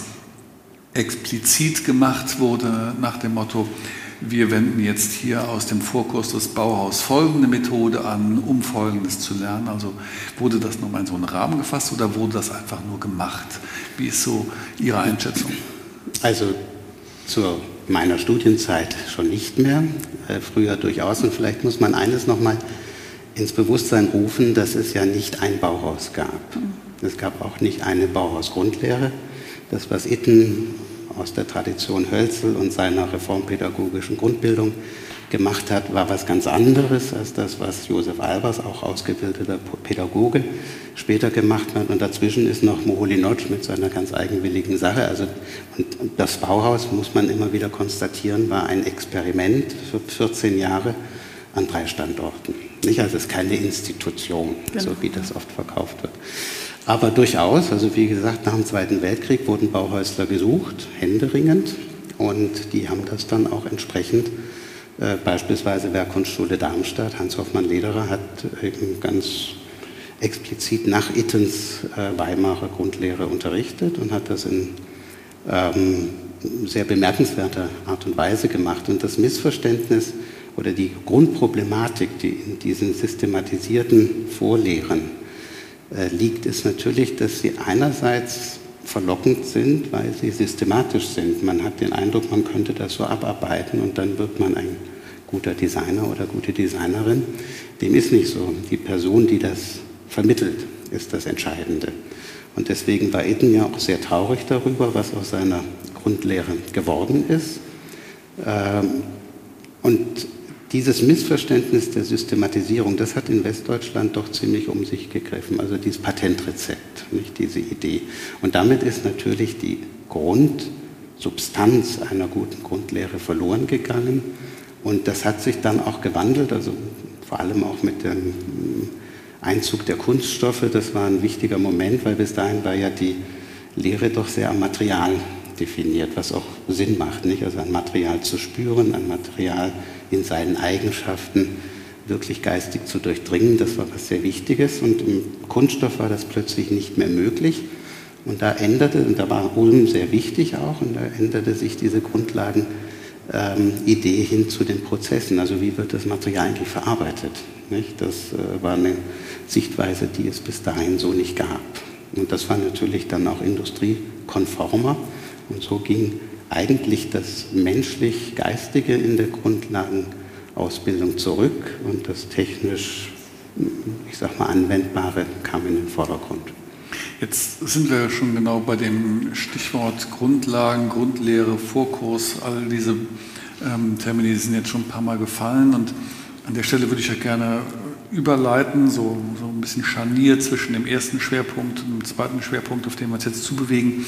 explizit gemacht wurde nach dem Motto, wir wenden jetzt hier aus dem Vorkurs des Bauhaus folgende Methode an, um Folgendes zu lernen? Also wurde das nochmal in so einen Rahmen gefasst oder wurde das einfach nur gemacht? Wie ist so Ihre Einschätzung? Also zur meiner Studienzeit schon nicht mehr, äh, früher durchaus. Und vielleicht muss man eines nochmal ins Bewusstsein rufen, dass es ja nicht ein Bauhaus gab. Es gab auch nicht eine Bauhausgrundlehre. Das, was Itten aus der Tradition Hölzel und seiner reformpädagogischen Grundbildung gemacht hat, war was ganz anderes als das, was Josef Albers, auch ausgebildeter Pädagoge, später gemacht hat. Und dazwischen ist noch Moholy-Nagy mit seiner ganz eigenwilligen Sache. Also, und das Bauhaus, muss man immer wieder konstatieren, war ein Experiment für vierzehn Jahre an drei Standorten. Nicht? Also es ist keine Institution, genau, so wie das oft verkauft wird. Aber durchaus, also wie gesagt, nach dem Zweiten Weltkrieg wurden Bauhäusler gesucht, händeringend. Und die haben das dann auch entsprechend, äh, beispielsweise Werkkunstschule Darmstadt, Hans Hoffmann Lederer hat eben ganz explizit nach Ittens äh, Weimarer Grundlehre unterrichtet und hat das in ähm, sehr bemerkenswerter Art und Weise gemacht. Und das Missverständnis oder die Grundproblematik, die in diesen systematisierten Vorlehren äh, liegt, ist natürlich, dass sie einerseits verlockend sind, weil sie systematisch sind. Man hat den Eindruck, man könnte das so abarbeiten und dann wird man ein guter Designer oder gute Designerin. Dem ist nicht so. Die Person, die das vermittelt, ist das Entscheidende. Und deswegen war Itten ja auch sehr traurig darüber, was aus seiner Grundlehre geworden ist. Und dieses Missverständnis der Systematisierung, das hat in Westdeutschland doch ziemlich um sich gegriffen. Also dieses Patentrezept, nicht diese Idee. Und damit ist natürlich die Grundsubstanz einer guten Grundlehre verloren gegangen. Und das hat sich dann auch gewandelt, also vor allem auch mit dem Einzug der Kunststoffe. Das war ein wichtiger Moment, weil bis dahin war ja die Lehre doch sehr am Material definiert, was auch Sinn macht, nicht? Also ein Material zu spüren, ein Material in seinen Eigenschaften wirklich geistig zu durchdringen, das war was sehr Wichtiges. Und im Kunststoff war das plötzlich nicht mehr möglich. Und da änderte, und da war Ulm sehr wichtig auch, und da änderte sich diese Grundlagenidee ähm, hin zu den Prozessen. Also wie wird das Material eigentlich verarbeitet? Nicht? Das äh, war eine Sichtweise, die es bis dahin so nicht gab. Und das war natürlich dann auch industriekonformer. Und so ging eigentlich das menschlich-geistige in der Grundlagenausbildung zurück und das technisch, ich sag mal, Anwendbare kam in den Vordergrund. Jetzt sind wir schon genau bei dem Stichwort Grundlagen, Grundlehre, Vorkurs, all diese ähm, Termini sind jetzt schon ein paar Mal gefallen und an der Stelle würde ich ja gerne überleiten, so, so ein bisschen Scharnier zwischen dem ersten Schwerpunkt und dem zweiten Schwerpunkt, auf den wir uns jetzt zubewegen.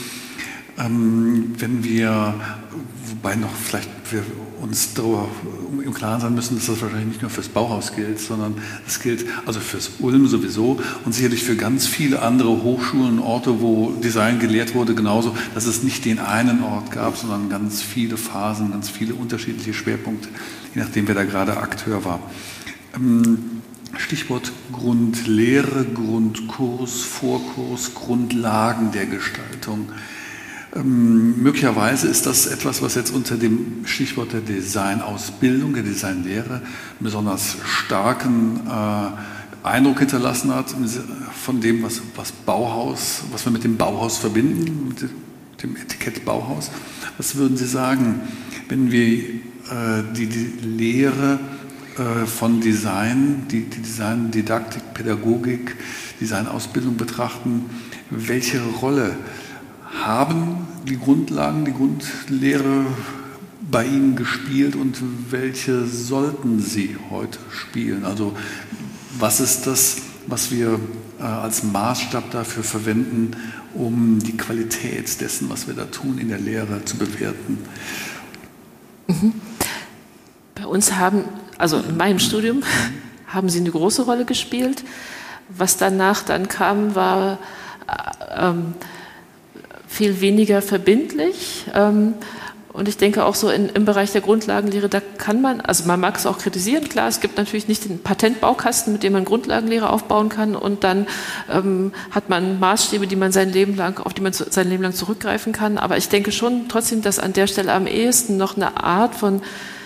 Ähm, wenn wir, wobei noch vielleicht wir uns darüber im Klaren sein müssen, dass das wahrscheinlich nicht nur fürs Bauhaus gilt, sondern es gilt also fürs Ulm sowieso und sicherlich für ganz viele andere Hochschulen und Orte, wo Design gelehrt wurde, genauso, dass es nicht den einen Ort gab, sondern ganz viele Phasen, ganz viele unterschiedliche Schwerpunkte, je nachdem, wer da gerade Akteur war. Ähm, Stichwort Grundlehre, Grundkurs, Vorkurs, Grundlagen der Gestaltung. Ähm, möglicherweise ist das etwas, was jetzt unter dem Stichwort der Designausbildung, der Designlehre einen besonders starken äh, Eindruck hinterlassen hat von dem, was, was Bauhaus, was wir mit dem Bauhaus verbinden, mit dem Etikett Bauhaus. Was würden Sie sagen, wenn wir äh, die, die Lehre äh, von Design, die, die Design-Didaktik, Pädagogik, Designausbildung betrachten, welche Rolle haben die Grundlagen, die Grundlehre bei Ihnen gespielt und welche sollten sie heute spielen? Also was ist das, was wir äh, als Maßstab dafür verwenden, um die Qualität dessen, was wir da tun, in der Lehre zu bewerten? Mhm. Bei uns haben, also in meinem Studium, haben sie eine große Rolle gespielt. Was danach dann kam, war äh, ähm, viel weniger verbindlich. Ähm, und ich denke auch so in, im Bereich der Grundlagenlehre, da kann man, also man mag es auch kritisieren, klar, es gibt natürlich nicht den Patentbaukasten, mit dem man Grundlagenlehre aufbauen kann und dann ähm, hat man Maßstäbe, die man sein Leben lang, auf die man sein Leben lang zurückgreifen kann. Aber ich denke schon trotzdem, dass an der Stelle am ehesten noch eine Art von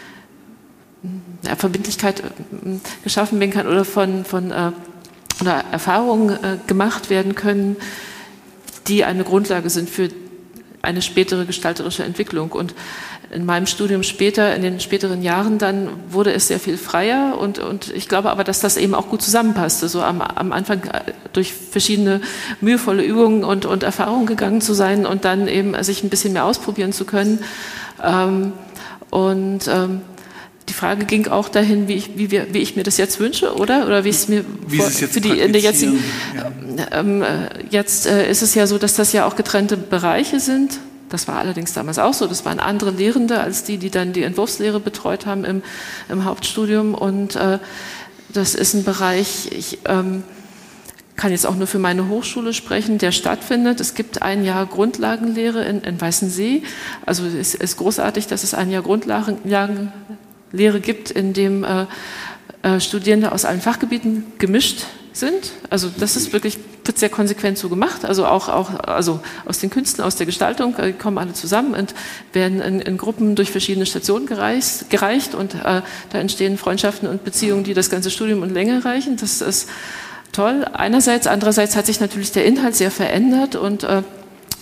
ja, Verbindlichkeit äh, geschaffen werden kann oder von, von äh, oder Erfahrungen äh, gemacht werden können, die eine Grundlage sind für eine spätere gestalterische Entwicklung. Und in meinem Studium später, in den späteren Jahren dann, wurde es sehr viel freier und, und ich glaube aber, dass das eben auch gut zusammenpasste, so am, am Anfang durch verschiedene mühevolle Übungen und, und Erfahrungen gegangen zu sein und dann eben sich ein bisschen mehr ausprobieren zu können. Ähm, und ähm, die Frage ging auch dahin, wie ich, wie, wir, wie ich mir das jetzt wünsche, oder? Oder wie ich es mir wie vor, es jetzt für die in der jetzigen. Ja. Ähm, jetzt äh, ist es ja so, dass das ja auch getrennte Bereiche sind. Das war allerdings damals auch so. Das waren andere Lehrende als die, die dann die Entwurfslehre betreut haben im, im Hauptstudium. Und äh, das ist ein Bereich, ich ähm, kann jetzt auch nur für meine Hochschule sprechen, der stattfindet. Es gibt ein Jahr Grundlagenlehre in, in Weißensee. Also es ist großartig, dass es ein Jahr Grundlagenlehre gibt, in dem äh, äh, Studierende aus allen Fachgebieten gemischt sind. Also das ist wirklich, wird sehr konsequent so gemacht. Also auch, auch also aus den Künsten, aus der Gestaltung äh, kommen alle zusammen und werden in, in Gruppen durch verschiedene Stationen gereist, gereicht und äh, da entstehen Freundschaften und Beziehungen, die das ganze Studium und länger reichen. Das ist toll einerseits. Andererseits hat sich natürlich der Inhalt sehr verändert und äh,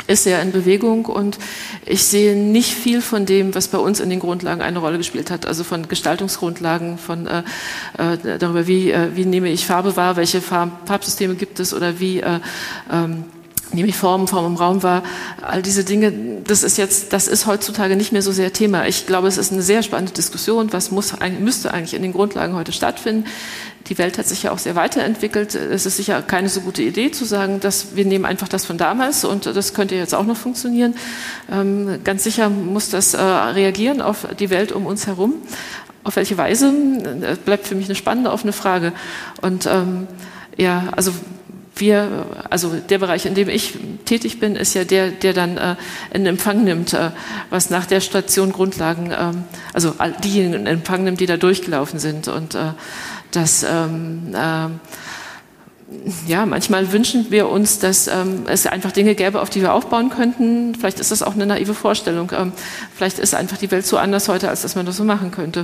ist sehr in Bewegung und ich sehe nicht viel von dem, was bei uns in den Grundlagen eine Rolle gespielt hat, also von Gestaltungsgrundlagen, von äh, äh, darüber, wie, äh, wie nehme ich Farbe wahr, welche Farb, Farbsysteme gibt es oder wie äh, ähm, nehme ich Formen, Form im Raum wahr, all diese Dinge, das ist jetzt, das ist heutzutage nicht mehr so sehr Thema. Ich glaube, es ist eine sehr spannende Diskussion, was muss, müsste eigentlich in den Grundlagen heute stattfinden. Die Welt hat sich ja auch sehr weiterentwickelt. Es ist sicher keine so gute Idee zu sagen, dass wir nehmen einfach das von damals und das könnte jetzt auch noch funktionieren. Ähm, ganz sicher muss das äh, reagieren auf die Welt um uns herum. Auf welche Weise, das bleibt für mich eine spannende, offene Frage. Und ähm, ja, also wir, also der Bereich, in dem ich tätig bin, ist ja der, der dann äh, in Empfang nimmt, äh, was nach der Station Grundlagen, ähm, also diejenigen in Empfang nimmt, die da durchgelaufen sind. Und äh, das, ähm, äh, ja, manchmal wünschen wir uns, dass ähm, es einfach Dinge gäbe, auf die wir aufbauen könnten. Vielleicht ist das auch eine naive Vorstellung. Ähm, vielleicht ist einfach die Welt so anders heute, als dass man das so machen könnte.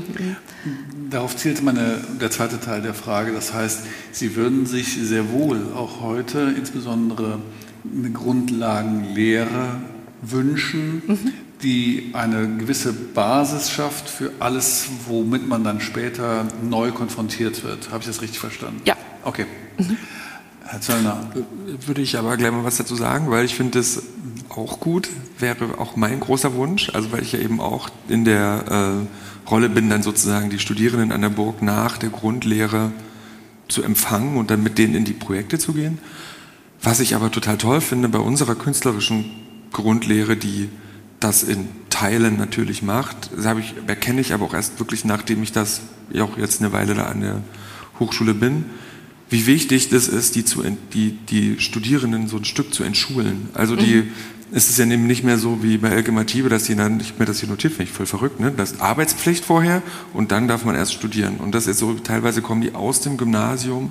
Darauf zielte meine, der zweite Teil der Frage. Das heißt, Sie würden sich sehr wohl auch heute insbesondere eine Grundlagenlehre wünschen, mhm. die eine gewisse Basis schafft für alles, womit man dann später neu konfrontiert wird. Habe ich das richtig verstanden? Ja. Okay. Mhm. Herr Zöllner. Würde ich aber gleich mal was dazu sagen, weil ich finde das auch gut, wäre auch mein großer Wunsch, also weil ich ja eben auch in der äh, Rolle bin, dann sozusagen die Studierenden an der Burg nach der Grundlehre zu empfangen und dann mit denen in die Projekte zu gehen. Was ich aber total toll finde bei unserer künstlerischen Grundlehre, die das in Teilen natürlich macht, das habe ich, erkenne ich aber auch erst wirklich, nachdem ich das ja auch jetzt eine Weile da an der Hochschule bin, wie wichtig das ist, die, zu, die, die Studierenden so ein Stück zu entschulen. Also die, mhm. es ist ja eben nicht mehr so wie bei Elke Mathiebe, dass die dann nicht mehr das hier notiert, finde ich voll verrückt, ne? Das ist Arbeitspflicht vorher und dann darf man erst studieren. Und das ist so, teilweise kommen die aus dem Gymnasium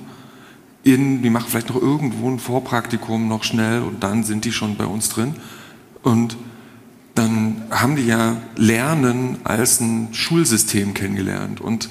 in, die machen vielleicht noch irgendwo ein Vorpraktikum noch schnell und dann sind die schon bei uns drin. Und dann haben die ja Lernen als ein Schulsystem kennengelernt. Und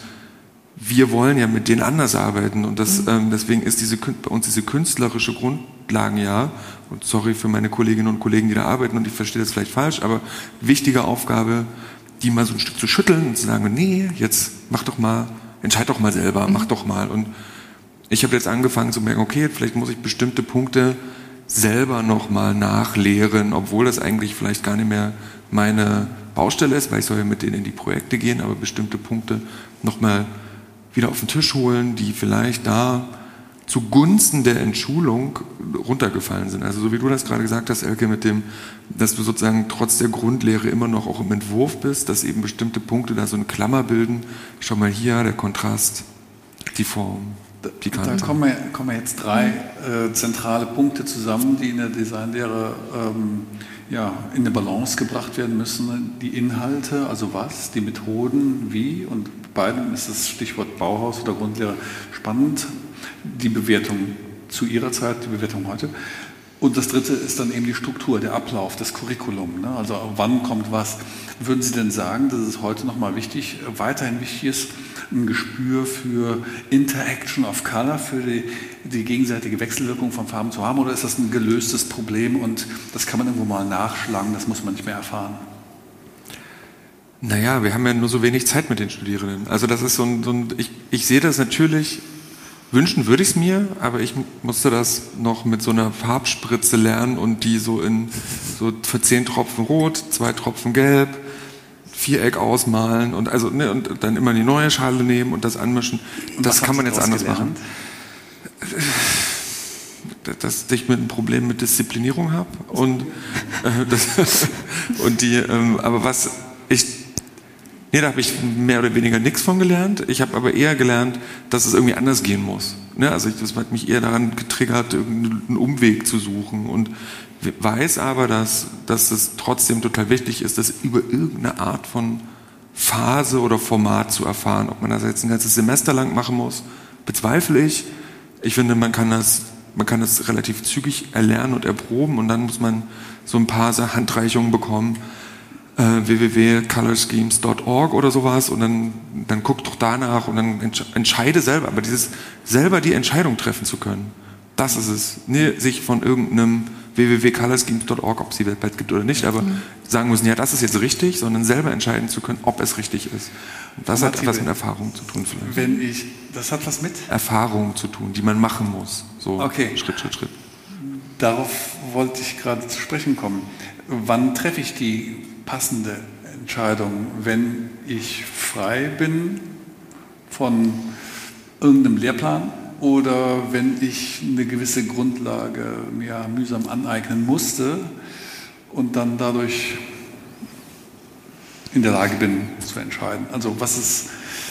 wir wollen ja mit denen anders arbeiten und das, mhm. ähm, deswegen ist diese, bei uns diese künstlerische Grundlagen ja, und sorry für meine Kolleginnen und Kollegen, die da arbeiten und ich verstehe das vielleicht falsch, aber wichtige Aufgabe, die mal so ein Stück zu schütteln und zu sagen, nee, jetzt mach doch mal, entscheid doch mal selber, mhm. mach doch mal. Und ich habe jetzt angefangen zu merken, okay, vielleicht muss ich bestimmte Punkte selber nochmal nachlehren, obwohl das eigentlich vielleicht gar nicht mehr meine Baustelle ist, weil ich soll ja mit denen in die Projekte gehen, aber bestimmte Punkte nochmal wieder auf den Tisch holen, die vielleicht da zugunsten der Entschulung runtergefallen sind. Also so wie du das gerade gesagt hast, Elke, mit dem, dass du sozusagen trotz der Grundlehre immer noch auch im Entwurf bist, dass eben bestimmte Punkte da so eine Klammer bilden. Schau mal hier, der Kontrast, die Form, die Kante. Da kommen, wir, kommen wir jetzt drei äh, zentrale Punkte zusammen, die in der Designlehre ähm, ja, in eine Balance gebracht werden müssen. Die Inhalte, also was, die Methoden, wie, und bei beiden ist das Stichwort Bauhaus oder Grundlehre spannend, die Bewertung zu ihrer Zeit, die Bewertung heute. Und das dritte ist dann eben die Struktur, der Ablauf, das Curriculum. Ne? Also wann kommt was? Würden Sie denn sagen, dass es heute nochmal wichtig, weiterhin wichtig ist, ein Gespür für Interaction of Color, für die, die gegenseitige Wechselwirkung von Farben zu haben? Oder ist das ein gelöstes Problem und das kann man irgendwo mal nachschlagen, das muss man nicht mehr erfahren? Naja, wir haben ja nur so wenig Zeit mit den Studierenden. Also das ist so ein, so ein ich, ich sehe das natürlich, wünschen würde ich es mir, aber ich musste das noch mit so einer Farbspritze lernen und die so in so für zehn Tropfen rot, zwei Tropfen gelb, Viereck ausmalen und also ne, und dann immer die neue Schale nehmen und das anmischen. Und das kann man jetzt anders machen. Dass ich mit ein Problem mit Disziplinierung habe und äh, das, und die, ähm, aber was ich Nee, da habe ich mehr oder weniger nichts von gelernt. Ich habe aber eher gelernt, dass es irgendwie anders gehen muss. Ne? Also ich, das hat mich eher daran getriggert, irgendeinen Umweg zu suchen. Und weiß aber, dass, dass es trotzdem total wichtig ist, das über irgendeine Art von Phase oder Format zu erfahren. Ob man das jetzt ein ganzes Semester lang machen muss, bezweifle ich. Ich finde, man kann das, man kann das relativ zügig erlernen und erproben und dann muss man so ein paar Handreichungen bekommen. w w w punkt color schemes punkt org oder sowas und dann, dann guck doch danach und dann entscheide selber. Aber dieses selber die Entscheidung treffen zu können, das ist es. Nee, sich von irgendeinem w w w punkt colorschemes punkt org, ob es die weltweit gibt oder nicht, aber mhm. sagen müssen, ja, das ist jetzt richtig, sondern selber entscheiden zu können, ob es richtig ist. Und das hat etwas mit Erfahrung zu tun vielleicht. Wenn ich, das hat was mit? Erfahrung zu tun, die man machen muss, so okay. Schritt, Schritt, Schritt. Darauf wollte ich gerade zu sprechen kommen. Wann treffe ich die passende Entscheidung, wenn ich frei bin von irgendeinem Lehrplan oder wenn ich eine gewisse Grundlage mir mühsam aneignen musste und dann dadurch in der Lage bin zu entscheiden. Also was ist,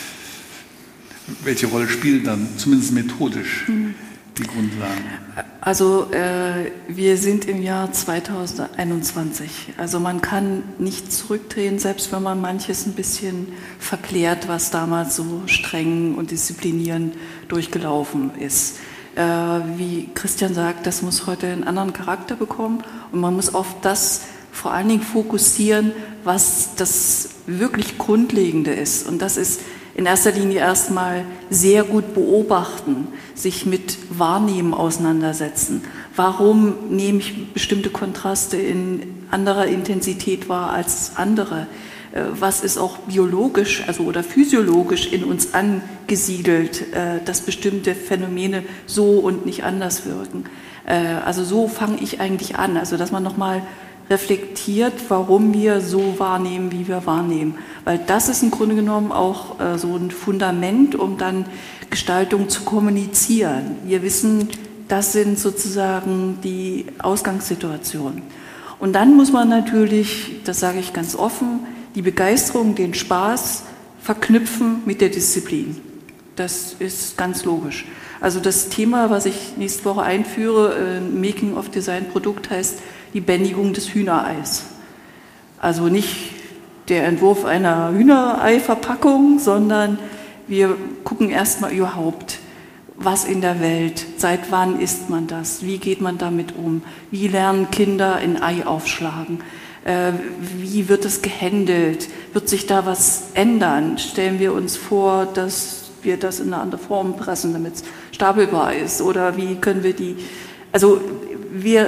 welche Rolle spielen dann zumindest methodisch die Grundlagen? Also äh, wir sind im Jahr zweitausendeinundzwanzig. Also man kann nicht zurückdrehen, selbst wenn man manches ein bisschen verklärt, was damals so streng und disziplinierend durchgelaufen ist. Äh, wie Christian sagt, das muss heute einen anderen Charakter bekommen und man muss auf das vor allen Dingen fokussieren, was das wirklich Grundlegende ist. Und das ist in erster Linie erstmal sehr gut beobachten, sich mit Wahrnehmen auseinandersetzen. Warum nehme ich bestimmte Kontraste in anderer Intensität wahr als andere? Was ist auch biologisch, also oder physiologisch in uns angesiedelt, dass bestimmte Phänomene so und nicht anders wirken? Also so fange ich eigentlich an, also dass man nochmal reflektiert, warum wir so wahrnehmen, wie wir wahrnehmen. Weil das ist im Grunde genommen auch äh, so ein Fundament, um dann Gestaltung zu kommunizieren. Wir wissen, das sind sozusagen die Ausgangssituationen. Und dann muss man natürlich, das sage ich ganz offen, die Begeisterung, den Spaß verknüpfen mit der Disziplin. Das ist ganz logisch. Also das Thema, was ich nächste Woche einführe, äh, Making of Design Produkt, heißt die Bändigung des Hühnereis. Also nicht der Entwurf einer Hühnerei-Verpackung, sondern wir gucken erstmal überhaupt, was in der Welt, seit wann isst man das, wie geht man damit um, wie lernen Kinder ein Ei aufschlagen, äh, wie wird es gehandelt, wird sich da was ändern, stellen wir uns vor, dass wir das in eine andere Form pressen, damit es stapelbar ist, oder wie können wir die, also wir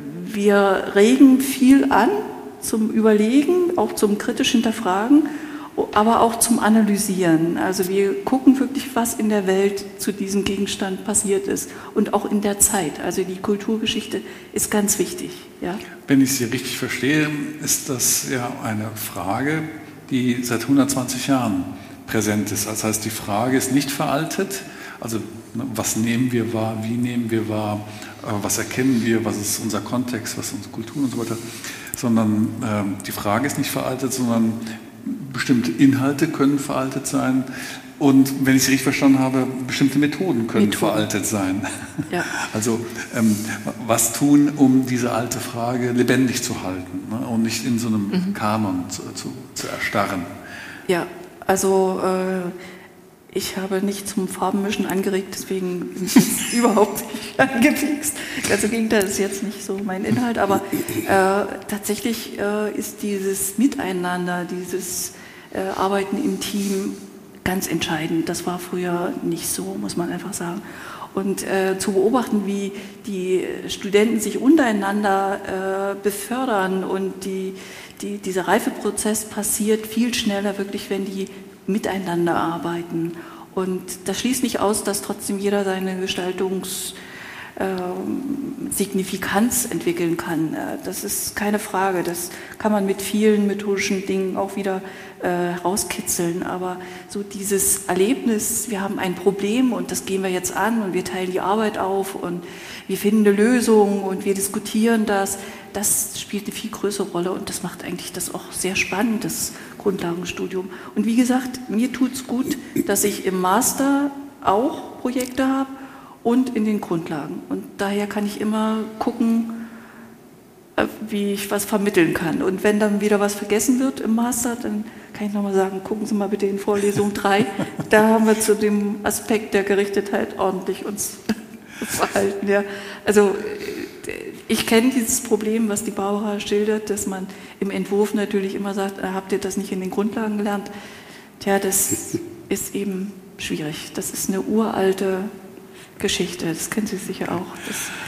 Wir regen viel an zum Überlegen, auch zum kritisch Hinterfragen, aber auch zum Analysieren. Also wir gucken wirklich, was in der Welt zu diesem Gegenstand passiert ist und auch in der Zeit. Also die Kulturgeschichte ist ganz wichtig. Ja? Wenn ich Sie richtig verstehe, ist das ja eine Frage, die seit hundertzwanzig Jahren präsent ist. Das heißt, die Frage ist nicht veraltet. Also was nehmen wir wahr, wie nehmen wir wahr, was erkennen wir, was ist unser Kontext, was ist unsere Kultur und so weiter, sondern äh, die Frage ist nicht veraltet, sondern bestimmte Inhalte können veraltet sein und, wenn ich es richtig verstanden habe, bestimmte Methoden können Methoden. veraltet sein. Ja. Also ähm, was tun, um diese alte Frage lebendig zu halten, ne, und nicht in so einem mhm. Kanon zu, zu, zu erstarren. Ja, also äh, ich habe nicht zum Farbenmischen angeregt, deswegen bin ich jetzt überhaupt nicht angefixt. Ganz im Gegenteil, das ist jetzt nicht so mein Inhalt, aber äh, tatsächlich äh, ist dieses Miteinander, dieses äh, Arbeiten im Team ganz entscheidend. Das war früher nicht so, muss man einfach sagen. Und äh, zu beobachten, wie die Studenten sich untereinander äh, befördern und die, die, dieser Reifeprozess passiert viel schneller wirklich, wenn die miteinander arbeiten. Und das schließt nicht aus, dass trotzdem jeder seine Gestaltungssignifikanz äh, entwickeln kann. Das ist keine Frage. Das kann man mit vielen methodischen Dingen auch wieder äh, herauskitzeln. Aber so dieses Erlebnis, wir haben ein Problem und das gehen wir jetzt an und wir teilen die Arbeit auf und wir finden eine Lösung und wir diskutieren das, das spielt eine viel größere Rolle und das macht eigentlich das auch sehr spannend, das Grundlagenstudium. Und wie gesagt, mir tut es gut, dass ich im Master auch Projekte habe und in den Grundlagen. Und daher kann ich immer gucken, wie ich was vermitteln kann. Und wenn dann wieder was vergessen wird im Master, dann kann ich nochmal sagen, gucken Sie mal bitte in Vorlesung drei. Da haben wir zu dem Aspekt der Gerichtetheit ordentlich uns verhalten. Ja. Also ich kenne dieses Problem, was die Barbara schildert, dass man im Entwurf natürlich immer sagt, habt ihr das nicht in den Grundlagen gelernt? Tja, das ist eben schwierig. Das ist eine uralte Geschichte, das kennen Sie sicher auch. Das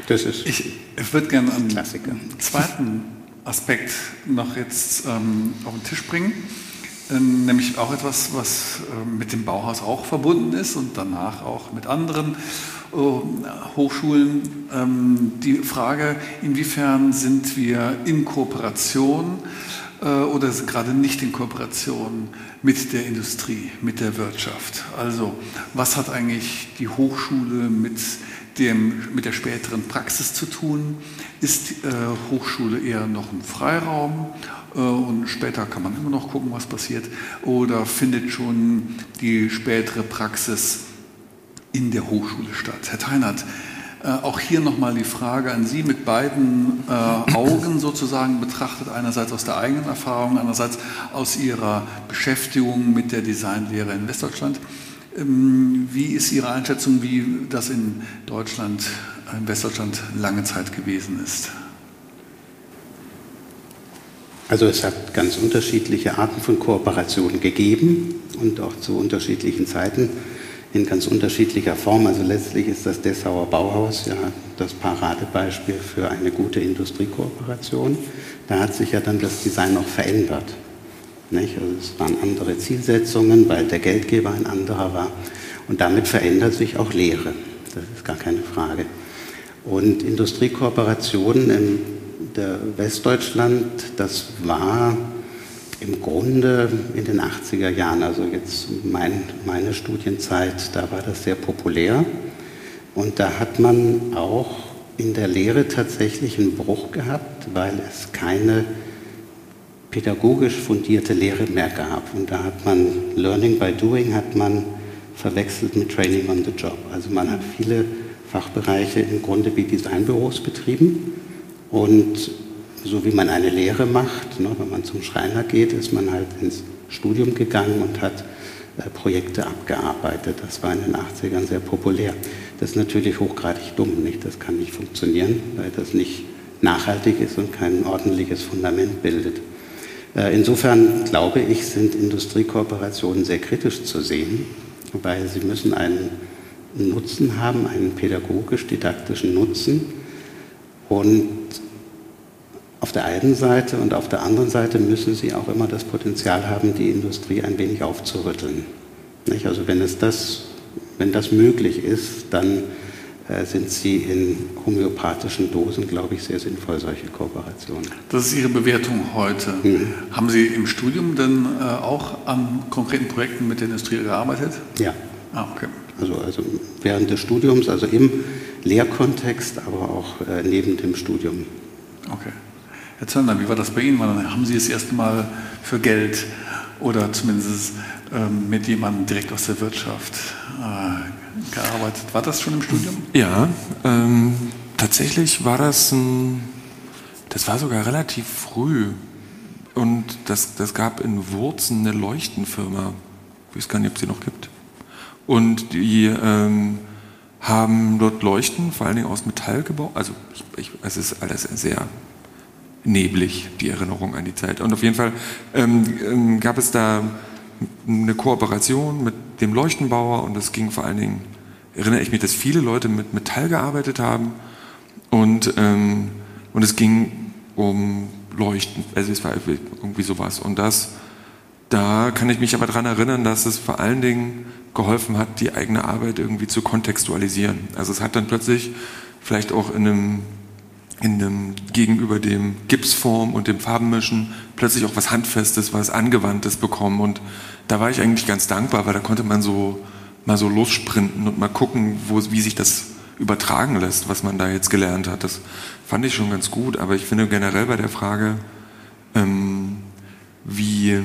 Das ist ich, ich würde gerne einen Klassiker. zweiten Aspekt noch jetzt ähm, auf den Tisch bringen, äh, nämlich auch etwas, was äh, mit dem Bauhaus auch verbunden ist und danach auch mit anderen äh, Hochschulen. Ähm, die Frage, inwiefern sind wir in Kooperation äh, oder sind gerade nicht in Kooperation mit der Industrie, mit der Wirtschaft. Also was hat eigentlich die Hochschule mit Dem, mit der späteren Praxis zu tun? Ist äh, Hochschule eher noch ein Freiraum äh, und später kann man immer noch gucken, was passiert? Oder findet schon die spätere Praxis in der Hochschule statt? Herr Teinert, äh, auch hier nochmal die Frage an Sie mit beiden äh, Augen sozusagen betrachtet, einerseits aus der eigenen Erfahrung, andererseits aus Ihrer Beschäftigung mit der Designlehre in Westdeutschland. Wie ist Ihre Einschätzung, wie das in Deutschland, in Westdeutschland lange Zeit gewesen ist? Also es hat ganz unterschiedliche Arten von Kooperationen gegeben und auch zu unterschiedlichen Zeiten in ganz unterschiedlicher Form. Also letztlich ist das Dessauer Bauhaus ja das Paradebeispiel für eine gute Industriekooperation. Da hat sich ja dann das Design noch verändert. Nicht? Also es waren andere Zielsetzungen, weil der Geldgeber ein anderer war. Und damit verändert sich auch Lehre. Das ist gar keine Frage. Und Industriekooperationen in der Westdeutschland, das war im Grunde in den achtziger Jahren, also jetzt mein, meine Studienzeit, da war das sehr populär. Und da hat man auch in der Lehre tatsächlich einen Bruch gehabt, weil es keine pädagogisch fundierte Lehre mehr gab. Und da hat man Learning by Doing hat man verwechselt mit Training on the Job. Also man hat viele Fachbereiche im Grunde wie Designbüros betrieben. Und so wie man eine Lehre macht, ne, wenn man zum Schreiner geht, ist man halt ins Studium gegangen und hat äh, Projekte abgearbeitet. Das war in den achtzigern sehr populär. Das ist natürlich hochgradig dumm, nicht? Das kann nicht funktionieren, weil das nicht nachhaltig ist und kein ordentliches Fundament bildet. Insofern, glaube ich, sind Industriekooperationen sehr kritisch zu sehen, weil sie müssen einen Nutzen haben, einen pädagogisch-didaktischen Nutzen. Und auf der einen Seite und auf der anderen Seite müssen sie auch immer das Potenzial haben, die Industrie ein wenig aufzurütteln. Nicht? Also wenn, es das, wenn das möglich ist, dann sind sie in homöopathischen Dosen, glaube ich, sehr sinnvoll, solche Kooperationen. Das ist Ihre Bewertung heute. Mhm. Haben Sie im Studium denn äh, auch an konkreten Projekten mit der Industrie gearbeitet? Ja. Ah, okay. Also, also während des Studiums, also im Lehrkontext, aber auch äh, neben dem Studium. Okay. Herr Zöllner, wie war das bei Ihnen? Haben Sie das erste Mal für Geld oder zumindest ähm, mit jemandem direkt aus der Wirtschaft äh, gearbeitet? War das schon im Studium? Ja, ähm, tatsächlich war das ein, das war sogar relativ früh. Und das, das gab in Wurzen eine Leuchtenfirma. Ich weiß gar nicht, ob es sie noch gibt. Und die ähm, haben dort Leuchten, vor allen Dingen aus Metall gebaut. Also ich, ich, es ist alles sehr neblig, die Erinnerung an die Zeit. Und auf jeden Fall ähm, gab es da eine Kooperation mit dem Leuchtenbauer und es ging vor allen Dingen, erinnere ich mich, dass viele Leute mit Metall gearbeitet haben und, ähm, und es ging um Leuchten, also es war irgendwie sowas. Und das, da kann ich mich aber daran erinnern, dass es vor allen Dingen geholfen hat, die eigene Arbeit irgendwie zu kontextualisieren. Also es hat dann plötzlich vielleicht auch in einem in dem, gegenüber dem Gipsform und dem Farbenmischen plötzlich auch was Handfestes, was Angewandtes bekommen. Und da war ich eigentlich ganz dankbar, weil da konnte man so mal so lossprinten und mal gucken, wo, wie sich das übertragen lässt, was man da jetzt gelernt hat. Das fand ich schon ganz gut. Aber ich finde generell bei der Frage, ähm, wie,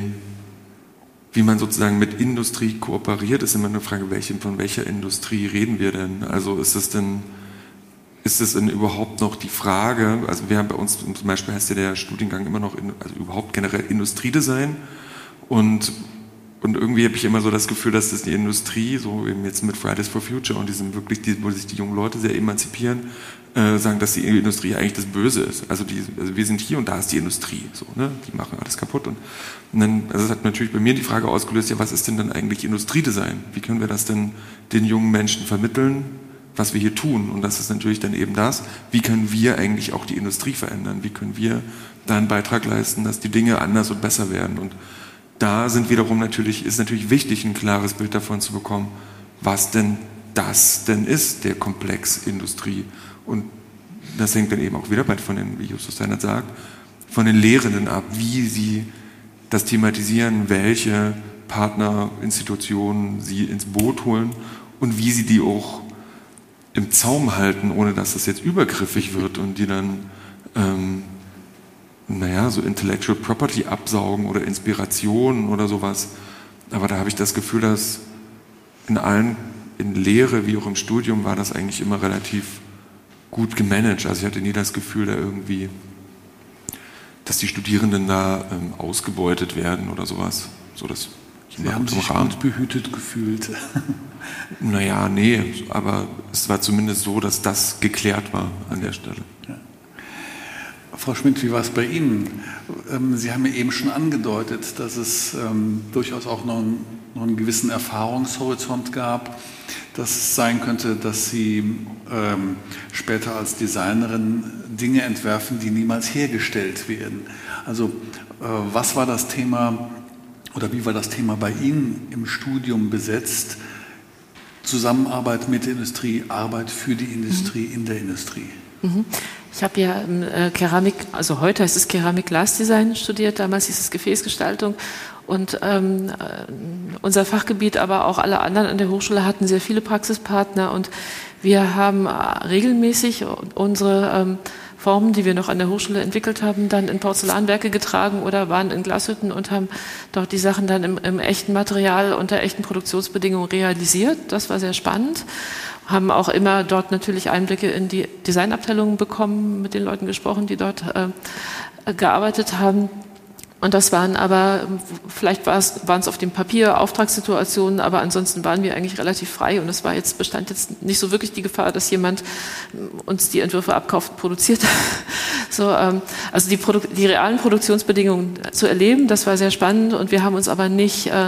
wie man sozusagen mit Industrie kooperiert, ist immer eine Frage, welche, von welcher Industrie reden wir denn? Also ist es denn Ist es denn überhaupt noch die Frage, also wir haben bei uns zum Beispiel heißt ja der Studiengang immer noch, in, also überhaupt generell Industriedesign und, und irgendwie habe ich immer so das Gefühl, dass das die Industrie, so eben jetzt mit Fridays for Future und diesem wirklich, die, wo sich die jungen Leute sehr emanzipieren, äh, sagen, dass die Industrie eigentlich das Böse ist. Also, die, also wir sind hier und da ist die Industrie, so, ne? Die machen alles kaputt. Und, und dann, also das hat natürlich bei mir die Frage ausgelöst, ja, was ist denn dann eigentlich Industriedesign? Wie können wir das denn den jungen Menschen vermitteln? was wir hier tun. Und das ist natürlich dann eben das, wie können wir eigentlich auch die Industrie verändern? Wie können wir da einen Beitrag leisten, dass die Dinge anders und besser werden? Und da sind wiederum natürlich, ist natürlich wichtig, ein klares Bild davon zu bekommen, was denn das denn ist, der Komplex Industrie. Und das hängt dann eben auch wieder bei, von den, wie Justus Steinert sagt, von den Lehrenden ab, wie sie das thematisieren, welche Partner, Institutionen sie ins Boot holen und wie sie die auch im Zaum halten, ohne dass das jetzt übergriffig wird und die dann, ähm, naja, so Intellectual Property absaugen oder Inspirationen oder sowas. Aber da habe ich das Gefühl, dass in allen, in Lehre wie auch im Studium, war das eigentlich immer relativ gut gemanagt. Also ich hatte nie das Gefühl, da irgendwie, dass die Studierenden da ähm, ausgebeutet werden oder sowas. So, dass Sie haben sich gut behütet gefühlt. Naja, nee, aber es war zumindest so, dass das geklärt war an der Stelle. Ja. Frau Schmidt, wie war es bei Ihnen? Ähm, Sie haben ja eben schon angedeutet, dass es ähm, durchaus auch noch einen, noch einen gewissen Erfahrungshorizont gab, dass es sein könnte, dass Sie ähm, später als Designerin Dinge entwerfen, die niemals hergestellt werden. Also äh, was war das Thema oder wie war das Thema bei Ihnen im Studium besetzt? Zusammenarbeit mit der Industrie, Arbeit für die Industrie, mhm. in der Industrie. Mhm. Ich habe ja äh, Keramik, also heute heißt es Keramik-Glasdesign studiert, damals hieß es Gefäßgestaltung. Und ähm, unser Fachgebiet, aber auch alle anderen an der Hochschule hatten sehr viele Praxispartner und wir haben regelmäßig unsere ähm, Formen, die wir noch an der Hochschule entwickelt haben, dann in Porzellanwerke getragen oder waren in Glashütten und haben dort die Sachen dann im, im echten Material unter echten Produktionsbedingungen realisiert. Das war sehr spannend. Haben auch immer dort natürlich Einblicke in die Designabteilungen bekommen, mit den Leuten gesprochen, die dort äh, gearbeitet haben. Und das waren aber, vielleicht waren es auf dem Papier Auftragssituationen, aber ansonsten waren wir eigentlich relativ frei und es war jetzt, bestand jetzt nicht so wirklich die Gefahr, dass jemand uns die Entwürfe abkauft und produziert. So, ähm, also die, Produ- die realen Produktionsbedingungen zu erleben, das war sehr spannend und wir haben uns aber nicht äh,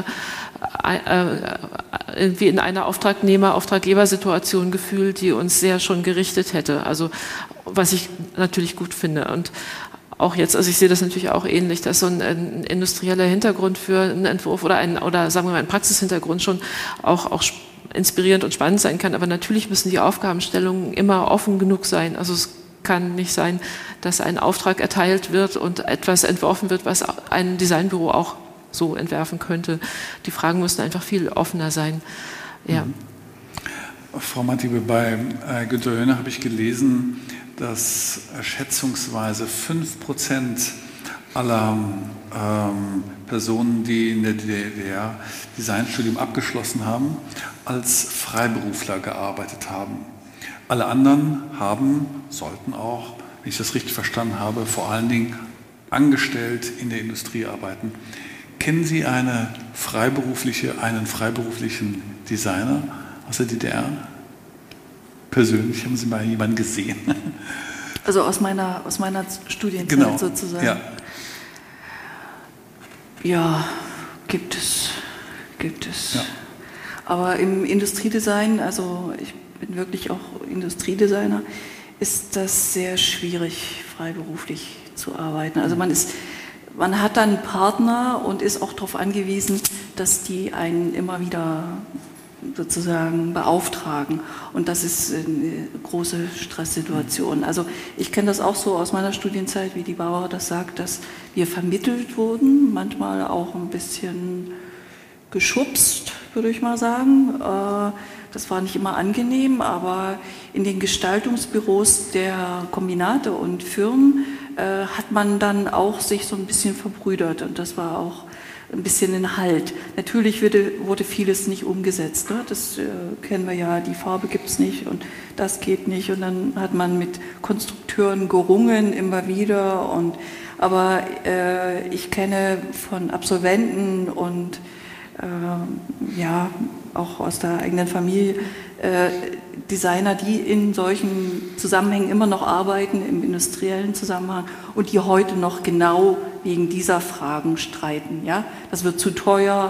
äh, irgendwie in einer Auftragnehmer-Auftraggeber-Situation gefühlt, die uns sehr schon gerichtet hätte. Also was ich natürlich gut finde. Und auch jetzt, also ich sehe das natürlich auch ähnlich, dass so ein, ein industrieller Hintergrund für einen Entwurf oder ein, oder sagen wir mal ein Praxishintergrund schon auch, auch inspirierend und spannend sein kann. Aber natürlich müssen die Aufgabenstellungen immer offen genug sein. Also es kann nicht sein, dass ein Auftrag erteilt wird und etwas entworfen wird, was ein Designbüro auch so entwerfen könnte. Die Fragen müssen einfach viel offener sein. Ja. Mhm. Frau Matibe, bei äh, Günter Höhne habe ich gelesen, dass schätzungsweise fünf Prozent aller ähm, Personen, die in der D D R Designstudium abgeschlossen haben, als Freiberufler gearbeitet haben. Alle anderen haben, sollten auch, wenn ich das richtig verstanden habe, vor allen Dingen angestellt in der Industrie arbeiten. Kennen Sie eine freiberufliche, einen freiberuflichen Designer aus der D D R? Persönlich haben Sie mal jemanden gesehen? Also aus meiner, aus meiner Studienzeit genau. sozusagen. Ja. Ja, gibt es, gibt es. Ja. Aber im Industriedesign, also ich bin wirklich auch Industriedesigner, ist das sehr schwierig, freiberuflich zu arbeiten. Also man ist, man hat dann einen Partner und ist auch darauf angewiesen, dass die einen immer wieder sozusagen beauftragen. Und das ist eine große Stresssituation. Also ich kenne das auch so aus meiner Studienzeit, wie die Barbara das sagt, dass wir vermittelt wurden, manchmal auch ein bisschen geschubst, würde ich mal sagen. Das war nicht immer angenehm, aber in den Gestaltungsbüros der Kombinate und Firmen hat man dann auch sich so ein bisschen verbrüdert und das war auch ein bisschen in Halt. Natürlich wurde, wurde vieles nicht umgesetzt. Ne? Das äh, kennen wir ja, die Farbe gibt es nicht und das geht nicht. Und dann hat man mit Konstrukteuren gerungen, immer wieder. Und, aber äh, ich kenne von Absolventen und äh, ja, auch aus der eigenen Familie äh, Designer, die in solchen Zusammenhängen immer noch arbeiten, im industriellen Zusammenhang und die heute noch genau wegen dieser Fragen streiten. Ja? Das wird zu teuer,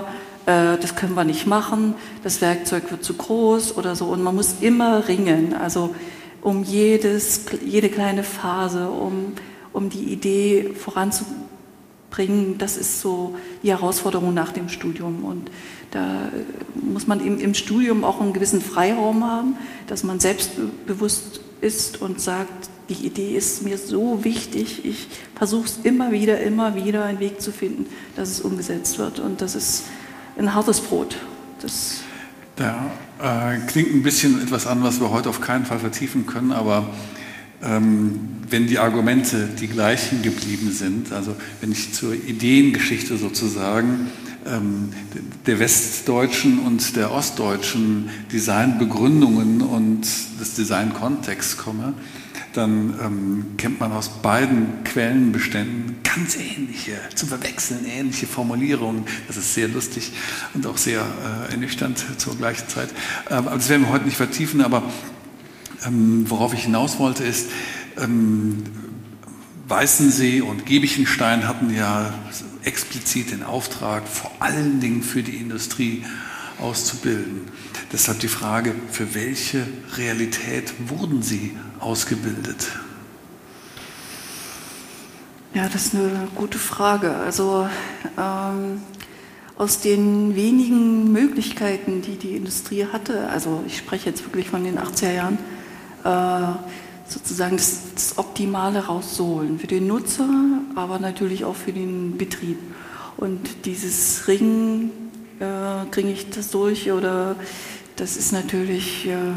äh, das können wir nicht machen, das Werkzeug wird zu groß oder so. Und man muss immer ringen, also um jedes, jede kleine Phase, um, um die Idee voranzubringen. Das ist so die Herausforderung nach dem Studium. Und da muss man im, im Studium auch einen gewissen Freiraum haben, dass man selbstbewusst ist und sagt, die Idee ist mir so wichtig, ich versuche es immer wieder, immer wieder einen Weg zu finden, dass es umgesetzt wird. Und das ist ein hartes Brot. Das da äh, klingt ein bisschen etwas an, was wir heute auf keinen Fall vertiefen können, aber ähm, wenn die Argumente die gleichen geblieben sind, also wenn ich zur Ideengeschichte sozusagen ähm, der westdeutschen und der ostdeutschen Designbegründungen und des Designkontexts komme, dann ähm, kennt man aus beiden Quellenbeständen ganz ähnliche, zu verwechseln ähnliche Formulierungen. Das ist sehr lustig und auch sehr äh, ernüchternd zur gleichen Zeit. Ähm, aber das werden wir heute nicht vertiefen, aber ähm, worauf ich hinaus wollte ist, ähm, Weißensee und Giebichenstein hatten ja explizit den Auftrag, vor allen Dingen für die Industrie auszubilden. Deshalb die Frage, für welche Realität wurden Sie ausgebildet? Ja, das ist eine gute Frage. Also ähm, aus den wenigen Möglichkeiten, die die Industrie hatte, also ich spreche jetzt wirklich von den achtziger Jahren, äh, sozusagen das, das Optimale rauszuholen für den Nutzer, aber natürlich auch für den Betrieb. Und dieses Ringen, äh, kriege ich das durch oder das ist natürlich, äh,